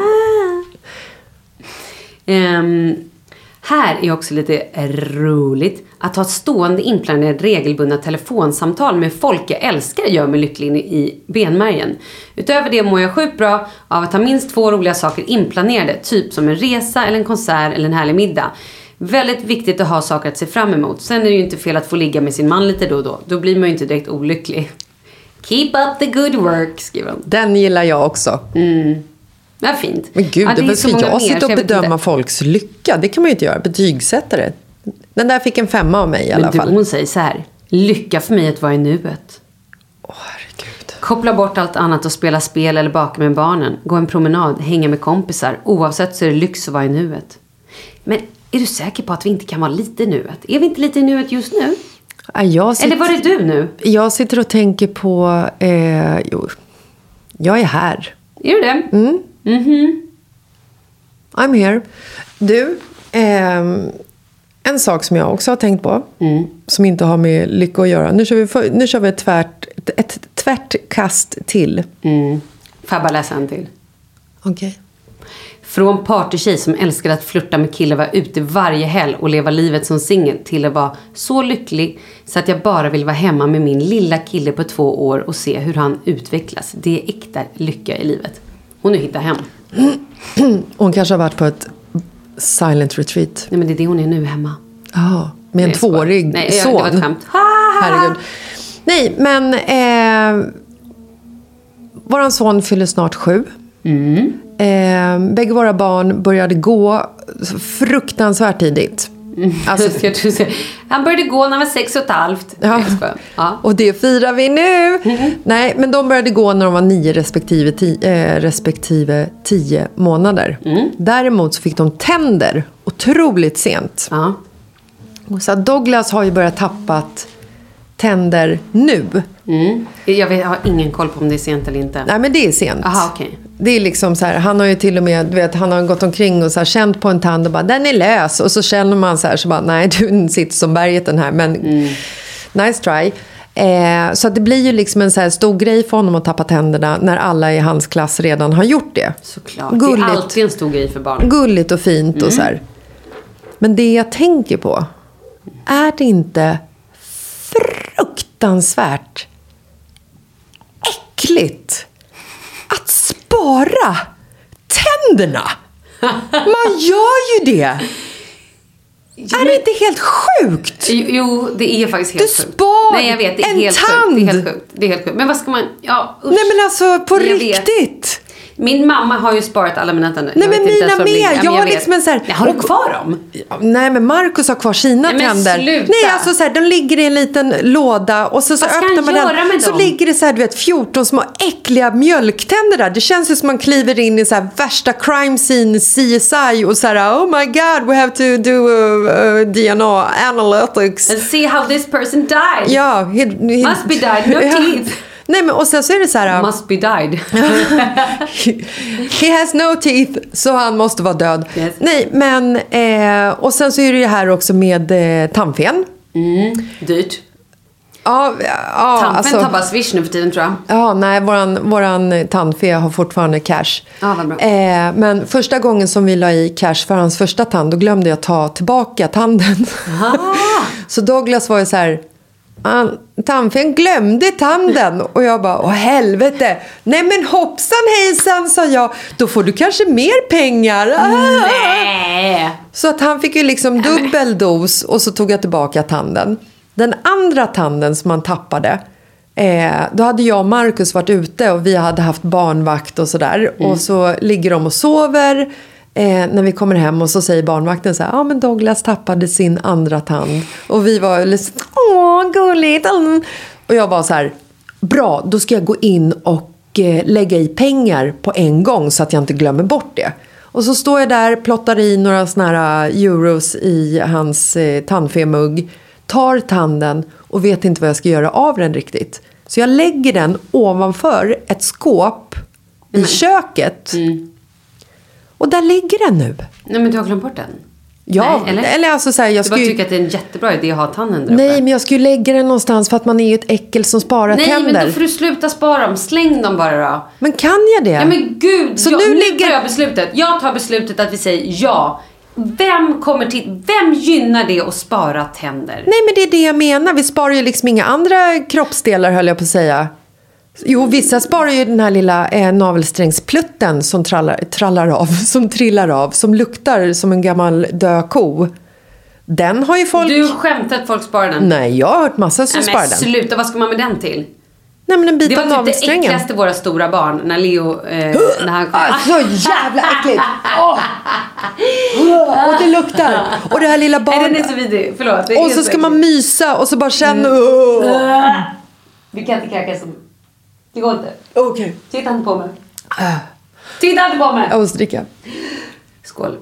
Um, här är också lite roligt att ha stående inplanerade regelbundna telefonsamtal med folk jag älskar gör mig lycklig i benmärgen. Utöver det mår jag sjukt bra av att ha minst två roliga saker inplanerade, typ som en resa eller en konsert eller en härlig middag. Väldigt viktigt att ha saker att se fram emot. Sen är det ju inte fel att få ligga med sin man lite då och då. Då blir man ju inte direkt olycklig. Keep up the good work, skriver hon. Den gillar jag också. Mm. Ja, fint. Men gud, ja, det är för jag sitter och bedöma inte. folks lycka. Det kan man ju inte göra. Betygsättare. Den där fick en femma av mig i alla Men du, fall. Hon säger så här: lycka för mig att vara i nuet. Åh, herregud. Koppla bort allt annat och spela spel eller baka med barnen. Gå en promenad, hänga med kompisar. Oavsett så är det lyx att vara i nuet. Men är du säker på att vi inte kan vara lite i nuet? Är vi inte lite i nuet just nu? Ja, jag sitter, eller var är du nu? Jag sitter och tänker på... Eh, jo, jag är här. Är du det? Mm. Mhm. I'm here. Du, eh, en sak som jag också har tänkt på, mm. som inte har med lycka att göra. Nu kör vi, för, nu kör vi ett, tvärt, ett, ett tvärtkast till. Mm. Får jag bara läsa en till? Okej. Okay. Från partytjej som älskade att flirta med killar, vara ute varje helg och leva livet som singel, till att vara så lycklig så att jag bara vill vara hemma med min lilla kille på två år och se hur han utvecklas. Det är äkta lycka i livet. Hon har hittat hem. Hon kanske har varit på ett silent retreat. Nej, men det är det hon är nu hemma. Ja, med en tvåårig son. Nej, det var ett skämt. Herregud. Nej, men eh, våran son fyller snart sju. Mm. Eh, bägge våra barn började gå fruktansvärt tidigt. Alltså, han började gå när han var sex och ett halvt. Ja. Ja. Och det firar vi nu. Mm. Nej, men de började gå när de var nio respektive tio, eh, respektive tio månader. Mm. Däremot så fick de tänder otroligt sent. Ja. Så Douglas har ju börjat tappat tänder nu. Mm. Jag, vet, jag har ingen koll på om det är sent eller inte. Nej, men det är sent. Aha, okay. Det är liksom så här, han har ju till och med, du vet, han har gått omkring och så här, känt på en tand och bara, den är lös. Och så känner man så här, så bara, nej, du sitter som berget den här. Men mm. nice try. Eh, så att det blir ju liksom en så här stor grej för honom att tappa tänderna när alla i hans klass redan har gjort det. Såklart. Gulligt, det är alltid en stor grej för barn. Gulligt och fint mm. och så här. Men det jag tänker på, är det inte fruktansvärt äckligt att spara tänderna? Man gör ju det. Ja, är det inte helt sjukt? Jo, jo, det är faktiskt helt du sjukt. spar Nej, jag vet, det är en helt tand. Sjukt. Det är helt sjukt. Det är helt sjukt. Men vad ska man... Ja, usch. Nej, men alltså på jag riktigt. Vet. Min mamma har ju sparat alla mina tänder. Nej, men mina med. Jag, jag har liksom en så här... Nej, har du kvar dem? Nej, men Marcus har kvar sina Nej, men tänder. Sluta. Nej, alltså så här, de ligger i en liten låda och så, så öppnar man den. Så ligger det så här, du vet, fjorton små äckliga mjölktänder där. Det känns ju som man kliver in i så här värsta crime scene C S I och så här, oh my god, we have to do uh, uh, D N A analytics. And see how this person died. Ja, he, he, must be died, no ja. teeth. Nej, men och sen så är det så här... Must be died. He has no teeth, så han måste vara död. Yes. Nej, men... Eh, och sen så är det ju här också med eh, tandfen. Mm, dyrt. Ja, ja, Tandfen alltså, tar bara Swish nu för tiden, tror jag. Ja, nej, våran, våran tandfe har fortfarande cash. Ja, vad bra. Eh, men första gången som vi la i cash för hans första tand, då glömde jag ta tillbaka tanden. Så Douglas var ju så här... Han, tandfen glömde tanden. Och jag bara, åh helvete. Nej men hoppsan hejsan, sa jag. Då får du kanske mer pengar. Ah. Nej. Så att han fick ju liksom dubbel dos. Och så tog jag tillbaka tanden. Den andra tanden som man tappade, eh, då hade jag och Marcus varit ute och vi hade haft barnvakt och sådär. Mm. Och så ligger de och sover eh, när vi kommer hem, och så säger barnvakten så här: ja men Douglas tappade sin andra tand. Och vi var liksom, åh gulligt. Och jag var så här, bra, då ska jag gå in och eh, lägga i pengar på en gång så att jag inte glömmer bort det. Och så står jag där, plottar i några såna här euros i hans eh, tandfemugg, tar tanden och vet inte vad jag ska göra av den riktigt. Så jag lägger den ovanför ett skåp i mm. köket. Mm. Och där ligger den nu. Nej, men du har glömt bort den. Ja, nej, eller? eller alltså så här, jag du bara ju... tycker att det är en jättebra idé att ha tanden där Nej, uppe. men jag skulle lägga den någonstans för att man är ju ett äckel som sparar nej, tänder. Nej, men då får du sluta spara dem. Släng dem bara då. Men kan jag det? Ja, men gud. Så jag, nu nu ligger... tar jag beslutet. Jag tar beslutet att vi säger ja. Vem kommer till... Vem gynnar det att spara tänder? Nej, men det är det jag menar. Vi sparar ju liksom inga andra kroppsdelar, höll jag på att säga. Jo, vissa sparar ju den här lilla eh, navelsträngsplutten som trallar, trallar av, som trillar av, som luktar som en gammal död ko. Den har ju folk... Du skämtar att folk sparar den? Nej, jag har hört massa som Nej, sparar men den. Sluta, vad ska man med den till? Nej, men en bit det av var typ navelsträngen. det äckligaste våra stora barn när Leo eh, när han kom. Så jävla äckligt. Oh. Och det luktar. Och det här lilla barnet. Nej, den är så vidrig. Förlåt. Det är och så, så ska man mysa och så bara känna. Mm. Oh. Vi kan inte kräkas. Det går inte. Okej. Okay. Titta inte på mig. Uh. Titta inte på mig. Jag måste dricka. Skål.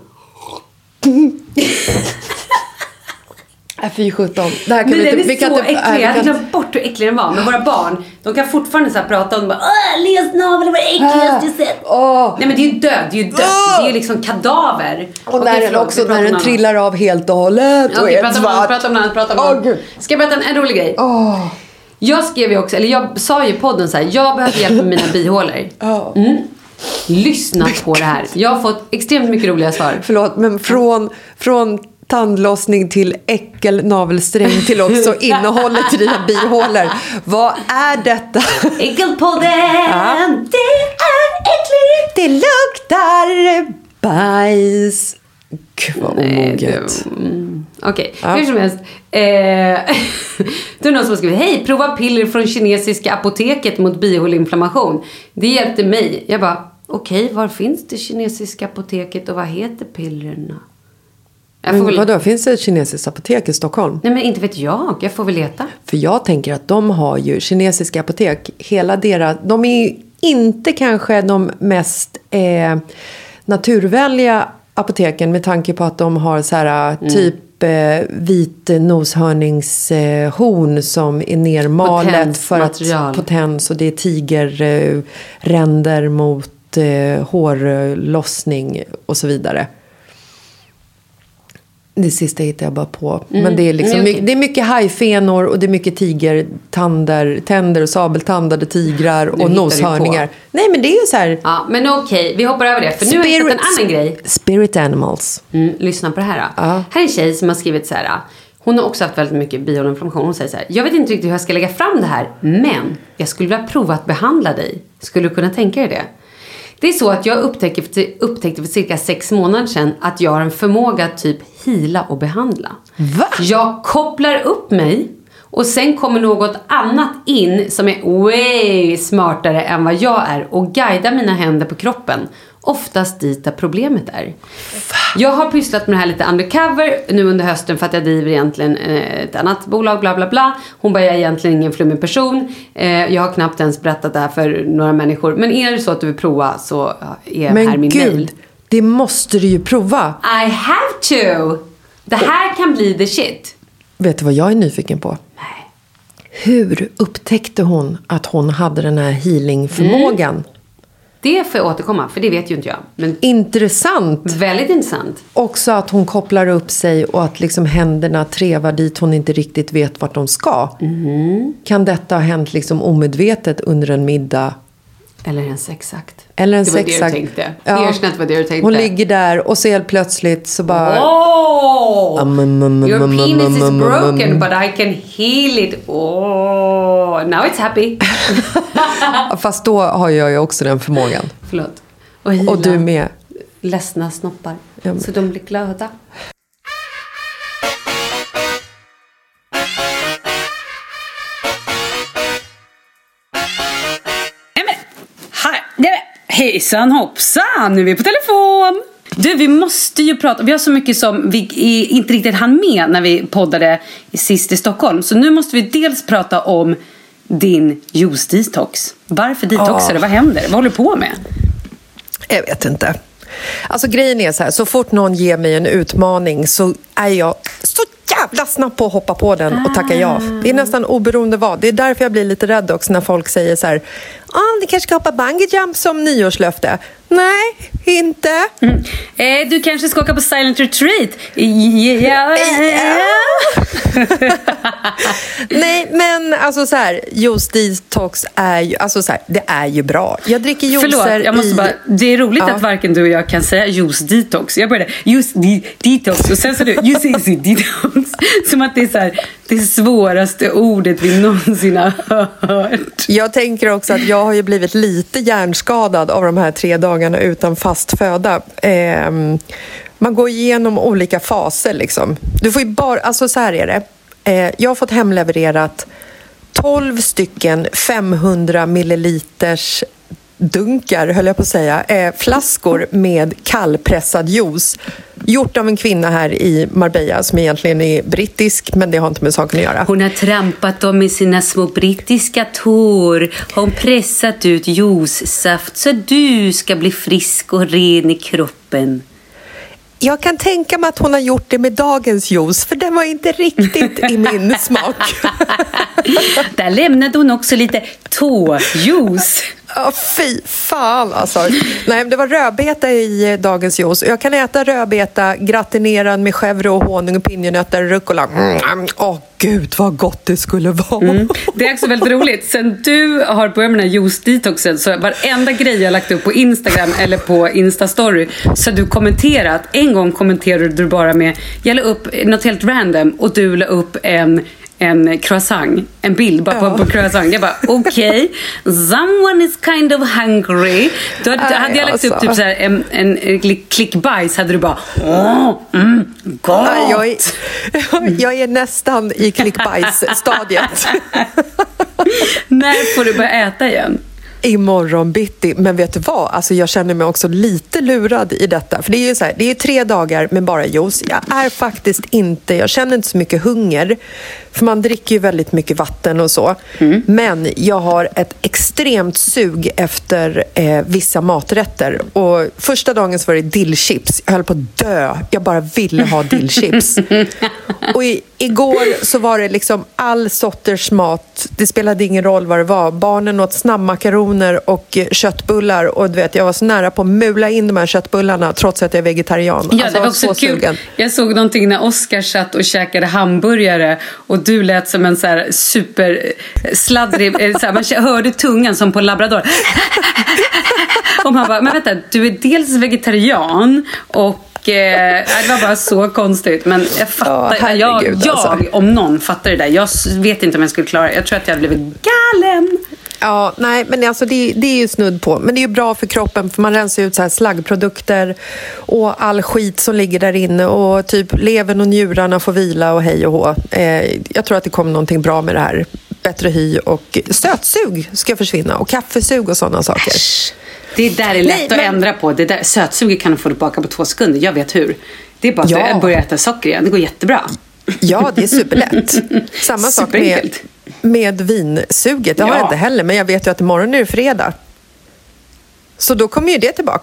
Fy sjutton. Det här kan men vi den inte, är vi kan så inte, äcklig. äh, Jag hade kan... glömt bort hur äcklig den var. Men våra barn, de kan fortfarande så här prata om bara, åh, Leos navel var det äckligaste jag sett. Oh. Nej, men det är ju död. Det är ju död. Oh. Det är ju liksom kadaver. Och när den också, när den trillar av helt och hållet. Ja, okay, prata om något, prata om något, prata om något. Oh, ska jag berätta en, en rolig grej? Oh. Jag skrev ju också, eller jag sa ju i podden så här, jag behöver hjälp med mina bihålor. Mm. Lyssna på det här. Jag har fått extremt mycket roliga svar. Förlåt, men från, från tandlossning till äckel navelsträng till också innehållet i dina bihålor. Vad är detta? Äckelpodden! Ja. Det är äckligt! Det luktar bajs. Gud vad omoget. Mm. Okej, okay. ja. Hur som helst. Eh, det är någon som har skrivit: hej, prova piller från kinesiska apoteket mot bihåleinflammation. Det hjälpte mig. Jag bara, okej, okay, var finns det kinesiska apoteket och vad heter pillerna? Jag får men väl... vadå, finns det ett kinesiskt apotek i Stockholm? Nej, men inte vet jag. Jag får väl leta. För jag tänker att de har ju kinesiska apotek. Hela deras... De är ju inte kanske de mest eh, naturvänliga apoteken med tanke på att de har så här mm. typ eh, vit noshörningshorn eh, som är nermalet för att potens, och det är tigerränder eh, mot eh, hårlossning och så vidare. Det sista hittar jag bara på. Mm. Men det är liksom mm, okay. mycket, det är mycket hajfenor och det är mycket tigertänder, tänder och sabeltandade tigrar och noshörningar. Nej, men det är ju så här. Ja, men okej, okay. Vi hoppar över det. För spirit, nu har jag hittat en annan grej. Spirit animals. Mm, lyssna på det här. Då. Uh. Här är en tjej som har skrivit så här. Hon har också haft väldigt mycket bihåleinflammation. Hon säger så här: jag vet inte riktigt hur jag ska lägga fram det här, men jag skulle vilja prova att behandla dig. Skulle du kunna tänka dig det? Det är så att jag upptäckte, upptäckte för cirka sex månader sedan att jag har en förmåga att typ hila och behandla. Va? Jag kopplar upp mig och sen kommer något annat in som är way smartare än vad jag är och guidar mina händer på kroppen. Oftast dit där problemet är. Jag har pysslat med det här lite undercover nu under hösten för att jag driver egentligen ett annat bolag, bla bla bla. Hon bara, jag är egentligen ingen flummig person. Jag har knappt ens berättat det här för några människor. Men är det så att du vill prova så är men här min Gud, mail. Det måste du ju prova. I have to! Det här kan bli the shit. Vet du vad jag är nyfiken på? Nej. Hur upptäckte hon att hon hade den här healingförmågan? Mm. Det får jag återkomma, för det vet ju inte jag. Men intressant. Väldigt intressant. Också att hon kopplar upp sig och att liksom händerna trevar dit hon inte riktigt vet vart de ska. Mm. Kan detta ha hänt liksom omedvetet under en middag? Eller en sexakt. Eller en det var sexakt. det du tänkte. Ja. Erkänn att det var det du tänkte. Hon ligger där och så helt plötsligt så bara... Oh! Um, um, um, Your um, penis um, um, is broken um, but I can heal it. Oh, now it's happy. Fast då har jag ju också den förmågan. Förlåt. Och hila. Och du med. Ledsna snoppar. Ja. Så de blir glada. Hejsan hoppsan, nu är vi på telefon. Du, vi måste ju prata. Vi har så mycket som vi inte riktigt hann med när vi poddade sist i Stockholm. Så nu måste vi dels prata om din juice-detox. Varför detoxar du? Oh. Vad händer? Vad håller du på med? Jag vet inte. Alltså grejen är så här, så fort någon ger mig en utmaning så är jag så jävla snabb på att hoppa på den och tacka ja. Det är nästan oberoende vad. Det är därför jag blir lite rädd också när folk säger så här: ah, ni kanske ska hoppa bungee jump som nyårslöfte. Nej, inte. Mm. Eh, du kanske ska åka på silent retreat. Ja. Nej, men alltså så här, juice detox är ju, alltså så här, det är ju bra. Jag dricker juicer. Förlåt, jag måste i... bara, det är roligt ja. att varken du och jag kan säga juice detox. Jag började juice de- detox och sen så du juice detox. Som att det är så här, det svåraste ordet vi någonsin har hört. Jag tänker också att jag har ju blivit lite hjärnskadad av de här tre dagarna utan fast föda. Eh, man går igenom olika faser liksom. Du får ju bara, alltså så här är det. Eh, jag har fått hemlevererat tolv stycken femhundra milliliters dunkar, höll jag på att säga, eh, flaskor med kallpressad juice. Gjort av en kvinna här i Marbella som egentligen är brittisk, men det har inte med saken att göra. Hon har trampat dem med sina små brittiska tår. Hon pressat ut juicesaft så du ska bli frisk och ren i kroppen. Jag kan tänka mig att hon har gjort det med dagens juice, för den var inte riktigt i min smak. Där lämnade hon också lite tåjuice. Ja, fy fan alltså. Nej, det var rödbeta i dagens juice. Jag kan äta rödbeta gratinerad med chèvre och honung och pinjenötter och rucola. Åh, mm. oh, gud vad gott det skulle vara. Mm. Det är också väldigt roligt. Sen du har börjat med den här juice-detoxen så varenda grej jag lagt upp på Instagram eller på Instastory så har du kommenterat. En gång kommenterade du bara med, jag la upp något helt random och du la upp en en croissant, en bild bara ja. på, på croissant. Jag bara, okej, okay, someone is kind of hungry. Då hade, Aj, hade jag lagt alltså. upp typ så här, en, en, en klick bajs, hade du bara, åh, mm, gott. Aj, jag, är, jag är nästan i klickbajs-stadiet. När får du börja äta igen? Imorgon bitti. Men vet du vad? Alltså jag känner mig också lite lurad i detta. För det är ju så här, det är ju tre dagar med bara juice. Jag är faktiskt inte, jag känner inte så mycket hunger. För man dricker ju väldigt mycket vatten och så. Mm. Men jag har ett extremt sug efter eh, vissa maträtter. Och första dagen så var det dillchips. Jag höll på att dö. Jag bara ville ha dillchips. Och i, igår så var det liksom all sorters mat. Det spelade ingen roll vad det var. Barnen åt snabbmakaroner och köttbullar. Och du vet, jag var så nära på att mula in de här köttbullarna trots att jag är vegetarian. Ja, alltså, det var också kul. Sugen. Jag såg någonting när Oscar satt och käkade hamburgare. Och du lät som en så här super sladdrig, så här, man hörde tungan som på labrador. Och man bara, men vänta, du är dels vegetarian och eh, det var bara så konstigt. Men jag fattar, ja, jag, jag alltså. om någon fattar det där. Jag vet inte om jag skulle klara det. Jag tror att jag hade blivit galen. Ja, nej, men alltså det, det är ju snudd på. Men det är ju bra för kroppen för man rensar ut så här slaggprodukter och all skit som ligger där inne och typ levern och njurarna får vila och hej och hå. Eh, jag tror att det kommer någonting bra med det här. Bättre hy och sötsug ska försvinna och kaffesug och sådana saker. Det där är lätt nej, att men... ändra på. Det där sötsuget kan du få tillbaka på två sekunder. Jag vet hur. Det är bara att ja. du börjar äta socker igen. Det går jättebra. Ja, det är superlätt. Samma sak med, med vinsuget. Det ja. har jag inte heller, men jag vet ju att imorgon är det fredag. Så då kommer ju det tillbaka.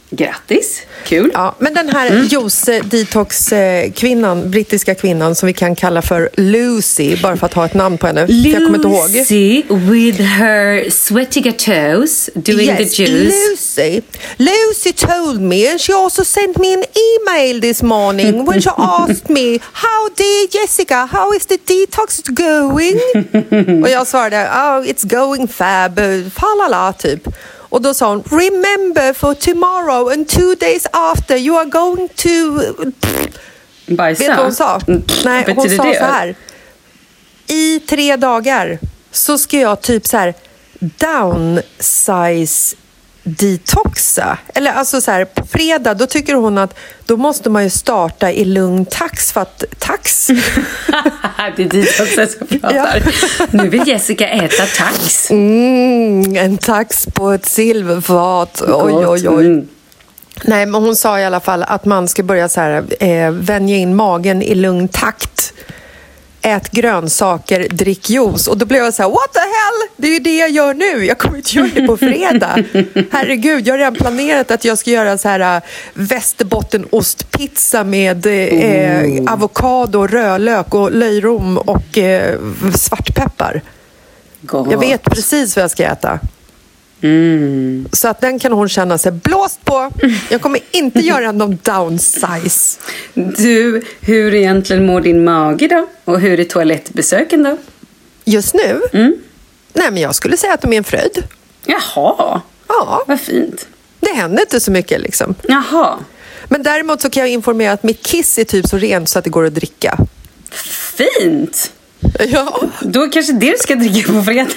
Grattis, kul. Ja, men den här mm. juice-detox-kvinnan, brittiska kvinnan som vi kan kalla för Lucy, bara för att ha ett namn på henne. Lucy jag kommer inte ihåg. With her sweatiga toes doing yes, the juice. Lucy. Lucy told me, and she also sent me an email this morning when she asked me, how dear Jessica, how is the detox going? Och jag svarade, oh, it's going fab, falala typ. Och då sa hon, remember for tomorrow and two days after you are going to... Bajsa? Vet du vad hon sa? Mm. Nej, hon Betyder sa det? så här. I tre dagar så ska jag typ så här downsize detoxa. Eller alltså så här, på fredag då tycker hon att då måste man ju starta i lugn tax för att tax. Det är detoxen som pratar. Ja. Nu vill Jessica äta tax. Mm, en tax på ett silverfat. Oj, oj, oj. Mm. Nej, men hon sa i alla fall att man ska börja så här eh, vänja in magen i lugn takt. Ät grönsaker, drick juice. Och då blev jag så här, what the hell? Det är ju det jag gör nu. Jag kommer inte göra det på fredag. Herregud, jag har redan planerat att jag ska göra så här uh, västerbottenostpizza med eh, mm. avokado, rödlök och löjrom och eh, svartpeppar. God. Jag vet precis vad jag ska äta. Mm. Så att den kan hon känna sig blåst på. Jag kommer inte göra någon downsize. Du, hur egentligen mår din mage då? Och hur är toalettbesöken då? Just nu? Mm. Nej, men jag skulle säga att de är en fröjd. Jaha, ja. Vad fint. Det händer inte så mycket liksom. Jaha. Men däremot så kan jag informera att mitt kiss är typ så rent så att det går att dricka. Fint. Ja. Då kanske det du ska dricka på fredag.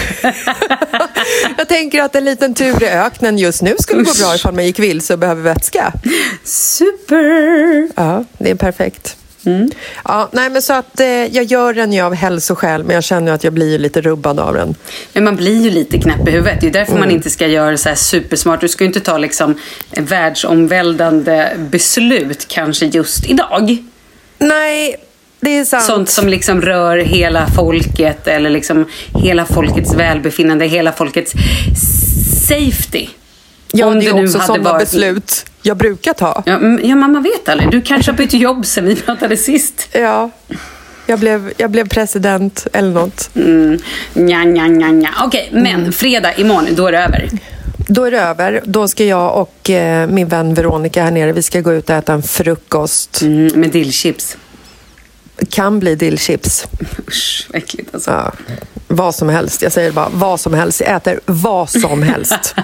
Jag tänker att en liten tur i öknen just nu skulle gå bra ifall man gick vilse och behöver vätska. Super! Ja, det är perfekt. Mm. Ja, nej, men så att eh, jag gör den ju av hälsoskäl, men jag känner att jag blir lite rubbad av den. Men man blir ju lite knäpp i huvudet. Det är därför mm. man inte ska göra så här supersmart. Du ska ju inte ta liksom världsomvälvande beslut kanske just idag. Nej, det är sant. Sånt som liksom rör hela folket eller liksom hela folkets välbefinnande, hela folkets safety. Ja, om det är också sådana varit... beslut jag brukar ta. Ja, ja, man vet aldrig. Du kanske har bytt jobb sen vi pratade sist. Ja, jag blev, jag blev president eller något. Mm. Nja, nja, nja, nja. Okej, men mm. fredag imorgon, då är det över. Då är det över. Då ska jag och eh, min vän Veronica här nere, vi ska gå ut och äta en frukost. Mm, med dillchips. Kan bli dillchips. Usch, äckligt alltså. Ja, vad som helst. Jag säger bara vad som helst. Jag äter vad som helst.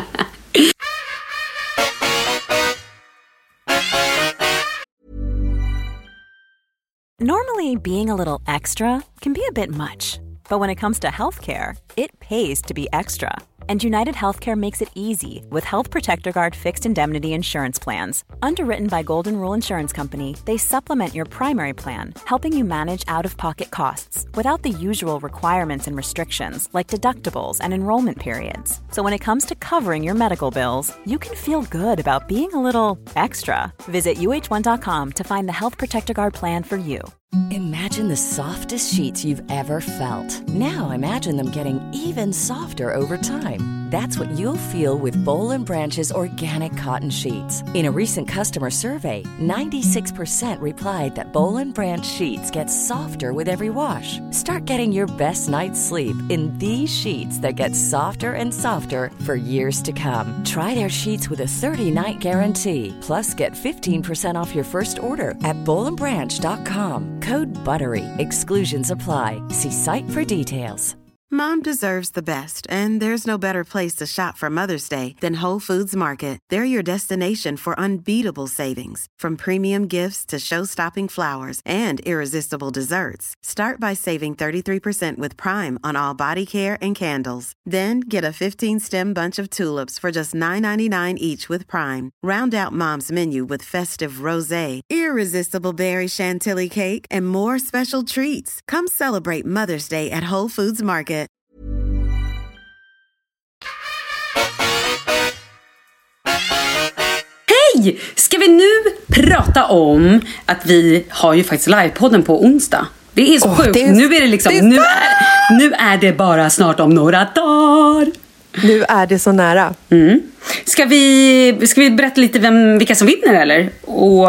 Normally, being a little extra can be a bit much. But when it comes to healthcare, it pays to be extra. And United Healthcare makes it easy with Health Protector Guard fixed indemnity insurance plans. Underwritten by Golden Rule Insurance Company, they supplement your primary plan, helping you manage out-of-pocket costs without the usual requirements and restrictions like deductibles and enrollment periods. So when it comes to covering your medical bills, you can feel good about being a little extra. Visit U H one dot com to find the Health Protector Guard plan for you. Imagine the softest sheets you've ever felt. Now imagine them getting even softer over time. That's what you'll feel with Boll and Branch's organic cotton sheets. In a recent customer survey, ninety-six percent replied that Boll and Branch sheets get softer with every wash. Start getting your best night's sleep in these sheets that get softer and softer for years to come. Try their sheets with a thirty-night guarantee. Plus, get fifteen percent off your first order at boll and branch dot com. Code BUTTERY. Exclusions apply. See site for details. Mom deserves the best, and there's no better place to shop for Mother's Day than Whole Foods Market. They're your destination for unbeatable savings, from premium gifts to show-stopping flowers and irresistible desserts. Start by saving thirty-three percent with Prime on all body care and candles. Then get a fifteen-stem bunch of tulips for just nine ninety-nine each with Prime. Round out Mom's menu with festive rosé, irresistible berry chantilly cake, and more special treats. Come celebrate Mother's Day at Whole Foods Market. Hej! Ska vi nu prata om att vi har ju faktiskt livepodden på onsdag. Det är så oh, sjukt. Är... Nu är det liksom, det är... Nu, är, nu är det bara snart om några dagar. Nu är det så nära. Mm. Ska vi, ska vi berätta lite vem, vilka som vinner eller? Och...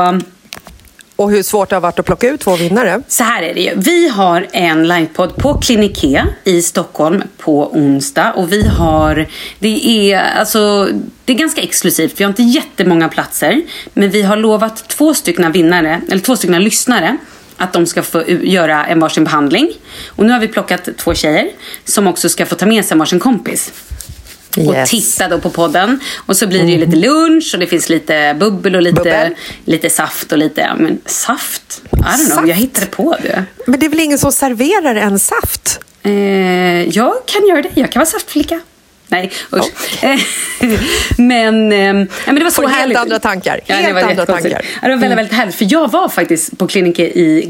Och hur svårt det har varit att plocka ut två vinnare. Så här är det ju. Vi har en livepodd på Clinique i Stockholm på onsdag. Och vi har, det är, alltså, det är ganska exklusivt. Vi har inte jättemånga platser. Men vi har lovat två stycken vinnare, eller två stycken lyssnare, att de ska få göra en varsin behandling. Och nu har vi plockat två tjejer som också ska få ta med sig en varsin kompis. Yes. Och titta då på podden. Och så blir det ju lite lunch. Och det finns lite bubbel och lite, bubbel. lite saft och lite, ja, men saft? I don't know, saft. Jag hittade på det. Men det är väl ingen som serverar en saft? Eh, jag kan göra det, jag kan vara saftflicka. Nej, usch. Okay. men, eh, men det var så Får härligt. Helt andra tankar. Ja, helt det var andra tankar. Ja, det var väldigt, väldigt härligt. För jag var faktiskt på Clinique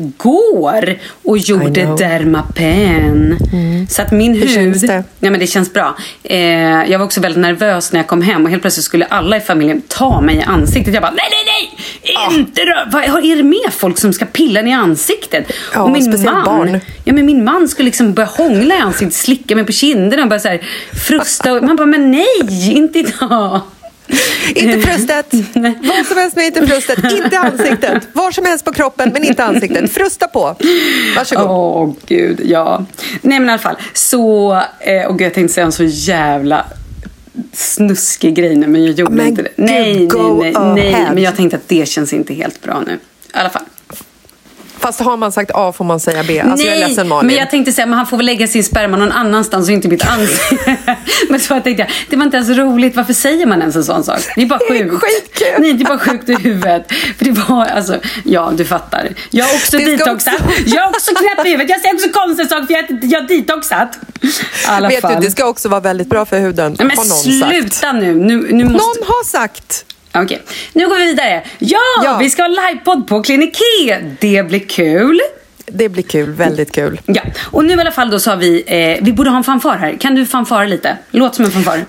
igår och gjorde Dermapen. Mm. Så att min hud... Känns det? Ja, men det känns bra. Eh, jag var också väldigt nervös när jag kom hem. Och helt plötsligt skulle alla i familjen ta mig i ansiktet. Jag bara, nej, nej, nej! Ah. Inte rör! Vad är det med folk som ska pilla i ansiktet? Ja, och min speciellt man, barn. Ja, men min man skulle liksom börja hångla i ansiktet, slicka mig på kinderna och bara så här frusta. Och man bara, men nej, inte idag. Inte frustet. Vad som helst, men inte frustet. Inte ansiktet. Var som helst på kroppen, men inte ansiktet. Frusta på. Varsågod. Åh, oh, gud, ja. Nej, men i alla fall. Så, eh, och jag tänkte säga en så jävla snuskig grej nu, men jag gjorde men inte det. Nej, nej, nej, nej. Men jag tänkte att det känns inte helt bra nu. I alla fall. Fast har man sagt A får man säga B. Alltså, nej, jag är ledsen, Malin. Men jag tänkte säga, men han får väl lägga sin sperma någon annanstans och inte mitt ansikte. Men så tänkte jag, det var inte ens roligt. Varför säger man ens en sån sak? Det är bara sjukt. Skitkul. Nej, det är bara sjukt i huvudet. För det var, alltså, ja, du fattar. Jag har också detoxat. Också... Jag har också knäppt i huvudet. Jag säger också konstiga saker för jag, jag har detoxat. Alla Vet fall. du, det ska också vara väldigt bra för huden. Nej, men har någon sluta sagt. nu. nu, nu måste... Någon har sagt. Okej, okay. Nu går vi vidare. Ja, ja, vi ska ha livepodd på Clinique. Det blir kul. Det blir kul, väldigt kul. Ja, och nu i alla fall då så har vi, eh, vi borde ha en fanfar här. Kan du fanfara lite? Låt som en fanfar.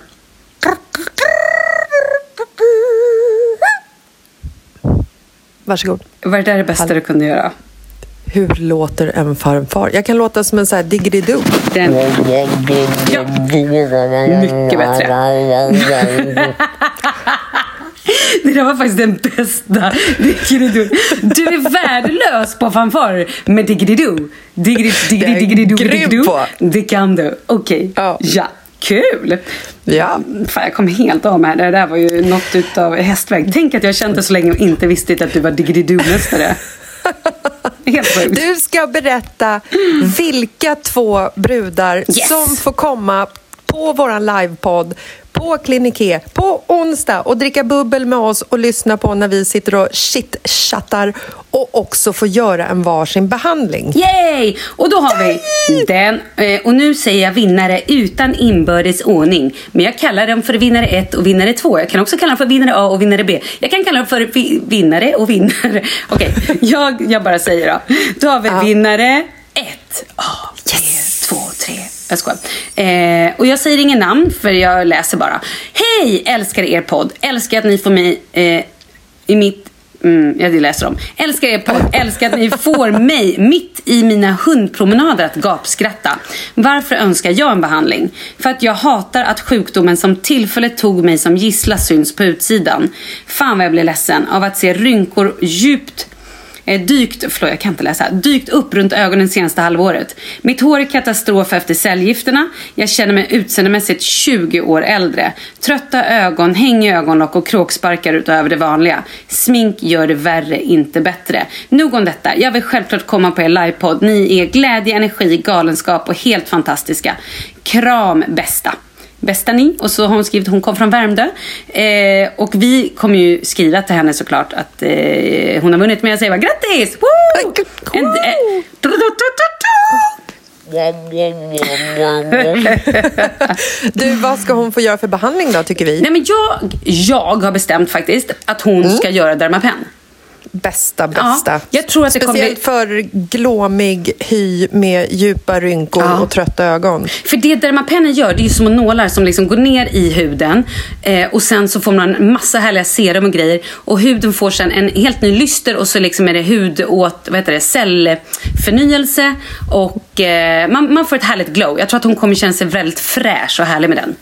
Varsågod. Vad är det, det bästa Hall- du kunde göra? Hur låter en fanfar? Jag kan låta som en sån här diggity-doo. Den... Ja. Mycket bättre. Det där var faktiskt den bästa diggity-doo. Du är värdelös på fanfar med diggity-doo. Diggity-diggity-diggity-doo. Det kan du. Okej. Okay. Oh. Ja. Kul! Ja. Fan, jag kom helt av med det. Det där var ju något utav hästväg. Tänk att jag kände så länge och inte visste att du var diggity-doo-mästare. Helt sjukt. Du ska berätta vilka två brudar yes. som får komma på våran livepodd på Clinique på onsdag och dricka bubbel med oss och lyssna på när vi sitter och shit-chattar och också få göra en varsin behandling. Yay! Och då har Yay! vi den. Och nu säger jag vinnare utan inbördes ordning. Men jag kallar dem för vinnare ett och vinnare två. Jag kan också kalla dem för vinnare A och vinnare B. Jag kan kalla dem för vi- vinnare och vinnare. Okej, okay. jag, jag bara säger då. Då har vi ja. vinnare ett. A, B, yes. två, tre. Jag skojar. Eh, och jag säger ingen namn för jag läser bara. Hej, älskar er podd. Älskar att ni får mig eh, i mitt... Mm, jag läser om. Älskar er podd. Älskar att ni får mig mitt i mina hundpromenader att gapskratta. Varför önskar jag en behandling? För att jag hatar att sjukdomen som tillfället tog mig som gissla syns på utsidan. Fan vad jag blir ledsen av att se rynkor djupt dykt, förlåt, jag kan inte läsa, dykt upp runt ögonen senaste halvåret. Mitt hår är katastrof efter cellgifterna. Jag känner mig utseendemässigt tjugo år äldre. Trötta ögon, hängiga ögonlock och kråksparkar utöver det vanliga. Smink gör det värre, inte bättre. Nog om detta. Jag vill självklart komma på er livepodd. Ni är glädje, energi, galenskap och helt fantastiska. Kram bästa. Bästa ni. Och så har hon skrivit, hon kom från Värmdö. Eh, och vi kommer ju skriva till henne såklart att eh, hon har vunnit. Men jag säger bara, grattis! Woo! En, eh, du, du, vad ska hon få göra för behandling då, tycker vi? Nej, men jag, jag har bestämt faktiskt att hon mm. ska göra Dermapen. Bästa, bästa. Ja, jag tror att det Speciellt kommer bli... för glåmig hy med djupa rynkor ja. och trötta ögon. För det Dermapen gör, det är ju små nålar som liksom går ner i huden. Eh, och sen så får man en massa härliga serum och grejer. Och huden får sen en helt ny lyster. Och så liksom är det hud åt, vad heter det, cellförnyelse. Och eh, man, man får ett härligt glow. Jag tror att hon kommer känna sig väldigt fräsch och härlig med den.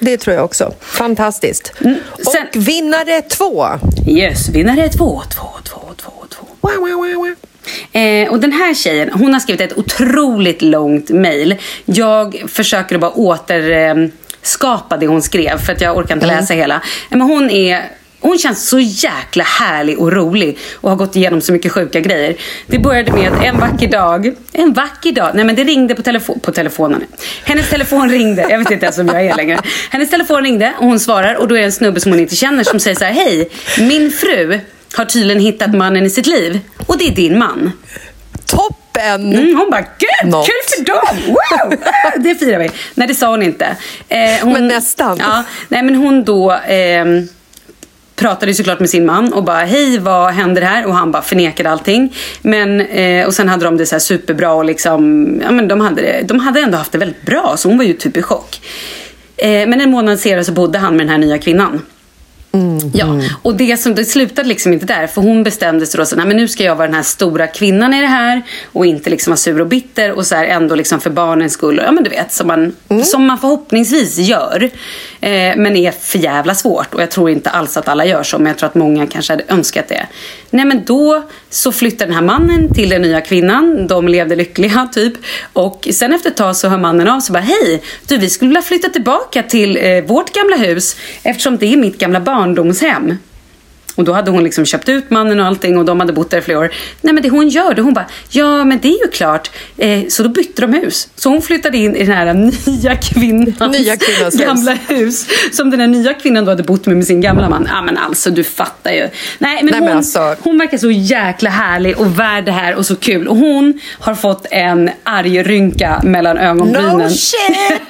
det tror jag också. Fantastiskt. Mm. Sen, och vinnare två. Yes, vinnare två, två, två, två, två. Wow, wow, wow, wow. Eh, och den här tjejen, hon har skrivit ett otroligt långt mejl. Jag försöker bara åter eh, skapa det hon skrev, för att jag orkar inte läsa mm. hela. Men hon är... Hon känns så jäkla härlig och rolig och har gått igenom så mycket sjuka grejer. Det började med att en vacker dag, en vacker dag, nej men det ringde på, telefo- på telefonen. Hennes telefon ringde, jag vet inte ens om jag är längre. Hennes telefon ringde och hon svarar, och då är det en snubbe som hon inte känner som säger så här: hej, min fru har tydligen hittat mannen i sitt liv, och det är din man. Toppen! Mm, hon bara, gud, Något. Kul för dem! Wow! Det firar vi. Nej, det sa hon inte. Eh, hon, men nästan. Ja, nej, men hon då... Eh, pratade såklart med sin man och bara, hej, vad händer här? Och han bara förnekade allting. Men, eh, och sen hade de det så här superbra och liksom, ja men de hade, det, de hade ändå haft det väldigt bra, så hon var ju typ i chock. Eh, men en månad senare så bodde han med den här nya kvinnan. Mm, ja, mm. Och det, som, det slutade liksom inte där, för hon bestämde sig då så, nej, men nu ska jag vara den här stora kvinnan i det här och inte liksom vara sur och bitter och så här ändå liksom för barnens skull, ja men du vet, som man, mm. som man förhoppningsvis gör, eh, men är för jävla svårt, och jag tror inte alls att alla gör så, men jag tror att många kanske hade önskat det. Nej, men då så flyttade den här mannen till den nya kvinnan, de levde lyckliga typ, och sen efter ett tag så hör mannen av så bara, hej, du, vi skulle vilja flytta tillbaka till eh, vårt gamla hus, eftersom det är mitt gamla barndomshem. Och då hade hon liksom köpt ut mannen och allting, och de hade bott där i flera år. Nej, men det hon gör, det hon bara, ja men det är ju klart. Eh, så då bytte de hus. Så hon flyttade in i den här nya kvinnans, nya kvinnans gamla hus. Som den här nya kvinnan då hade bott med med sin gamla man. Ja men alltså, du fattar ju. Nej, men, Nej, hon, men alltså... hon verkar så jäkla härlig och värd det här och så kul. Och hon har fått en arg rynka mellan ögonbrynen. No shit!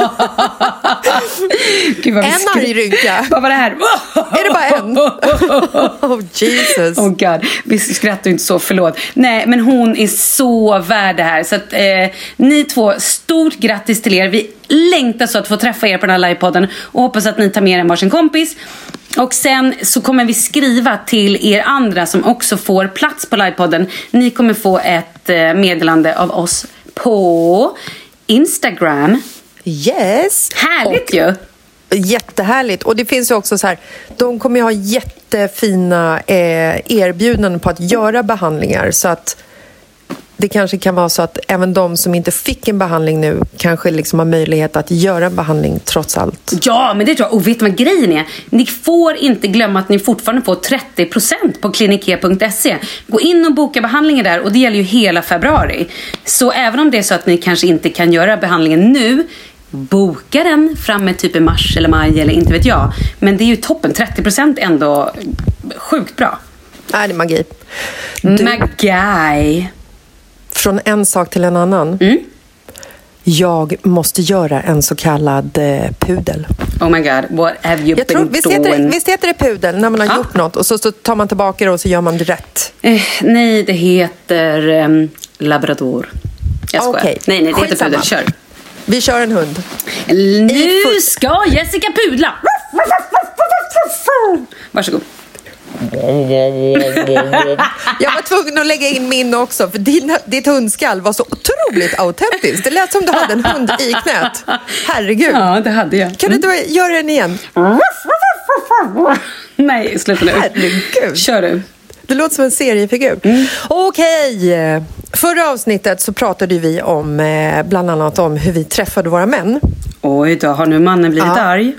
Gud, vad en skri- arg rynka? Vad var det här? Är det bara en? Oh Jesus. Oh God, vi skrattar inte så, förlåt. Nej, men hon är så värd det här. Så att eh, ni två, stort grattis till er. Vi längtar så att få träffa er på den här livepodden, och hoppas att ni tar med en varsin kompis. Och sen så kommer vi skriva till er andra som också får plats på livepodden. Ni kommer få ett eh, meddelande av oss på Instagram. Yes. Härligt och- ju. Jättehärligt. Och det finns ju också så här, de kommer ju ha jättefina eh, erbjudanden på att göra behandlingar, så att det kanske kan vara så att även de som inte fick en behandling nu kanske liksom har möjlighet att göra en behandling trots allt. Ja, men det tror jag. Och vet du vad grejen är? Ni får inte glömma att ni fortfarande får trettio procent på klinikhe punkt se. Gå in och boka behandlingar där, och det gäller ju hela februari. Så även om det är så att ni kanske inte kan göra behandlingen nu, boka den framme typ i mars eller maj eller inte vet jag. Men det är ju toppen, trettio procent ändå sjukt bra. Nej, det är magi. Du, Magi. Från en sak till en annan. Mm. Jag måste göra en så kallad eh, pudel. Oh my god, what have you jag been tror, visst, heter det, visst heter det pudel när man har ja. gjort något, och så, så tar man tillbaka det och så gör man det rätt. Eh, nej, det heter um, labrador. Jag skojar. Okay. Nej, nej, det heter Skitsamma. pudel, kör. Vi kör en hund. Nu ska Jessica pudla. Varsågod. Jag var tvungen att lägga in min också, för din, ditt hundskall var så otroligt autentiskt. Det lät som du hade en hund i knät. Herregud. Ja, det hade jag. Kan du då göra den igen? Nej, sluta nu. Herregud. Kör du. Det låter som en seriefigur. Mm. Okej. Förra avsnittet så pratade vi om eh, bland annat om hur vi träffade våra män. Oj då, har nu mannen blivit ja. arg?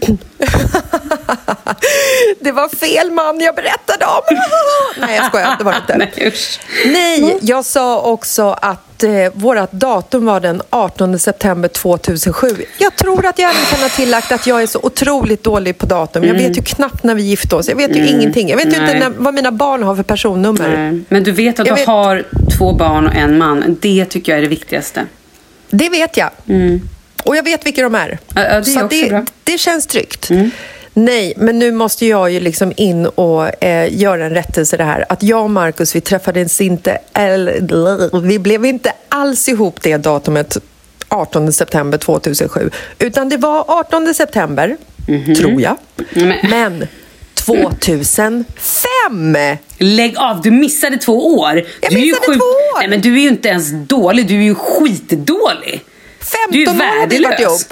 Det var fel man jag berättade om. Nej, jag skojar, det var inte. Nej, usch. Nej, jag sa också att eh, vårat datum var den artonde september tvåtusensju. Jag tror att jag även kan ha tillagt att jag är så otroligt dålig på datum. Mm. Jag vet ju knappt när vi gifte oss. Jag vet ju mm. ingenting. Jag vet Nej. ju inte när, vad mina barn har för personnummer. Nej. Men du vet att jag du vet... har två barn och en man. Det tycker jag är det viktigaste. Det vet jag. Mm. Och jag vet vilka de är. Ja, det är så också det, bra. Det känns tryggt. Mm. Nej, men nu måste jag ju liksom in och eh, göra en rättelse det här. Att jag och Marcus, vi träffades inte, eller, vi blev inte alls ihop det datumet artonde september tvåtusensju. Utan det var artonde september, mm-hmm. tror jag. Men, men tvåtusenfem! Lägg av, du missade två år. Jag du är missade ju sjuk... två år! Nej, men du är ju inte ens dålig, du är ju skitdålig. femton år har vi varit ihop.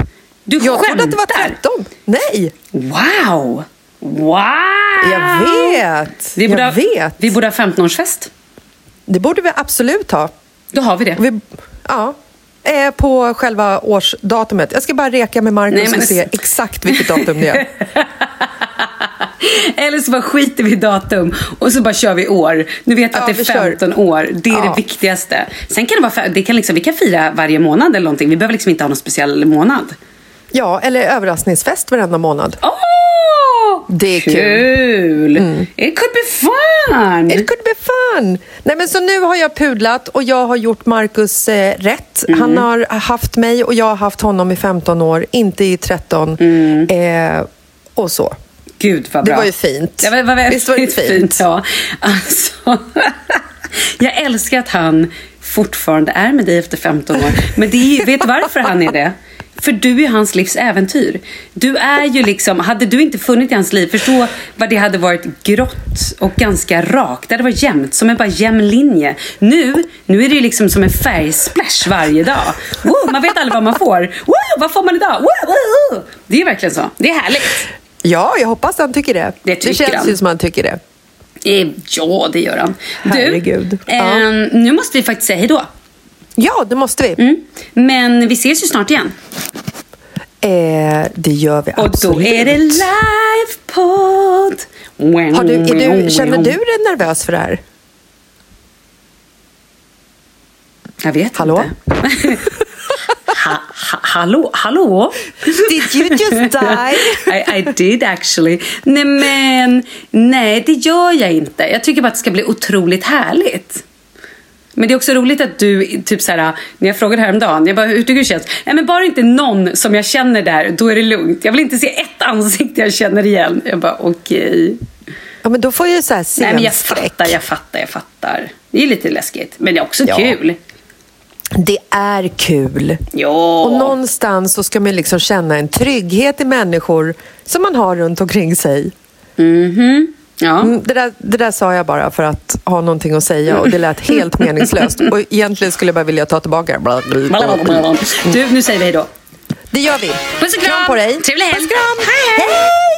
Du jag skämtar? trodde att det var tretton. Nej. Wow. Wow. Jag vet. Vi borde, jag vet. Vi borde ha femton-årsfest. Det borde vi absolut ha. Då har vi det. Vi, ja. Eh, på själva årsdatumet. Jag ska bara reka med Marcus Nej, men... och se exakt vilket datum det är. Eller så bara skiter vi i datum och så bara kör vi år. Nu vet vi ja, att det är femton kör. År. Det är ja. Det viktigaste. Sen kan det vara, det kan liksom, vi kan fira varje månad eller någonting. Vi behöver liksom inte ha någon speciell månad. Ja, eller överraskningsfest varenda månad. Åh! Oh, det är kul. kul. Mm. It could be fun. It could be fun. Nej, men så nu har jag pudlat och jag har gjort Marcus eh, rätt. Mm. Han har haft mig och jag har haft honom i femton år, inte i tretton. Mm. Eh, och så. Gud, vad bra. Det var ju fint. Ja, det var väldigt Visst var det fint? fint ja. Alltså, jag älskar att han fortfarande är med dig efter femton år. Men det är, vet du varför han är det? För du är hans livs äventyr. Du är ju liksom, hade du inte funnit i hans liv, förstå vad det hade varit grått och ganska rakt. Det hade varit jämnt, som en bara jämn linje. Nu, nu är det liksom som en färgsplash varje dag. Wow, man vet aldrig vad man får. Wow, vad får man idag? Wow, wow. Det är verkligen så. Det är härligt. Ja, jag hoppas han tycker det. Det, tycker det känns han. ju som han tycker det. Ja, det gör han. Herregud. Du, ja. eh, nu måste vi faktiskt säga hej då. Ja, det måste vi. Mm. Men vi ses ju snart igen. Eh, det gör vi absolut. Och då är det livepodd. Har du, är du, känner du dig nervös för det här? Jag vet hallå? inte. ha, ha, hallå? Hallå? Did you just die? I, I did actually. Nej, men nej, det gör jag inte. Jag tycker bara att det ska bli otroligt härligt. Men det är också roligt att du, typ såhär, när jag frågade häromdagen, jag bara, hur tycker du det känns? Nej, men bara inte någon som jag känner där, då är det lugnt. Jag vill inte se ett ansikte jag känner igen. Jag bara, okej. Okay. Ja, men då får jag så här se. Nej, men jag fattar, jag fattar, jag fattar. Det är lite läskigt, men det är också ja. Kul. Det är kul. Ja. Och någonstans så ska man liksom känna en trygghet i människor som man har runt omkring sig. Mhm. Ja. Det, där, det där sa jag bara för att ha någonting att säga och det lät helt meningslöst. Och egentligen skulle jag bara vilja ta tillbaka. Du, nu säger vi hej då. Det gör vi. Puss och kram. Kram på dig. Trevlig helg. Puss och kram. Hej, hej.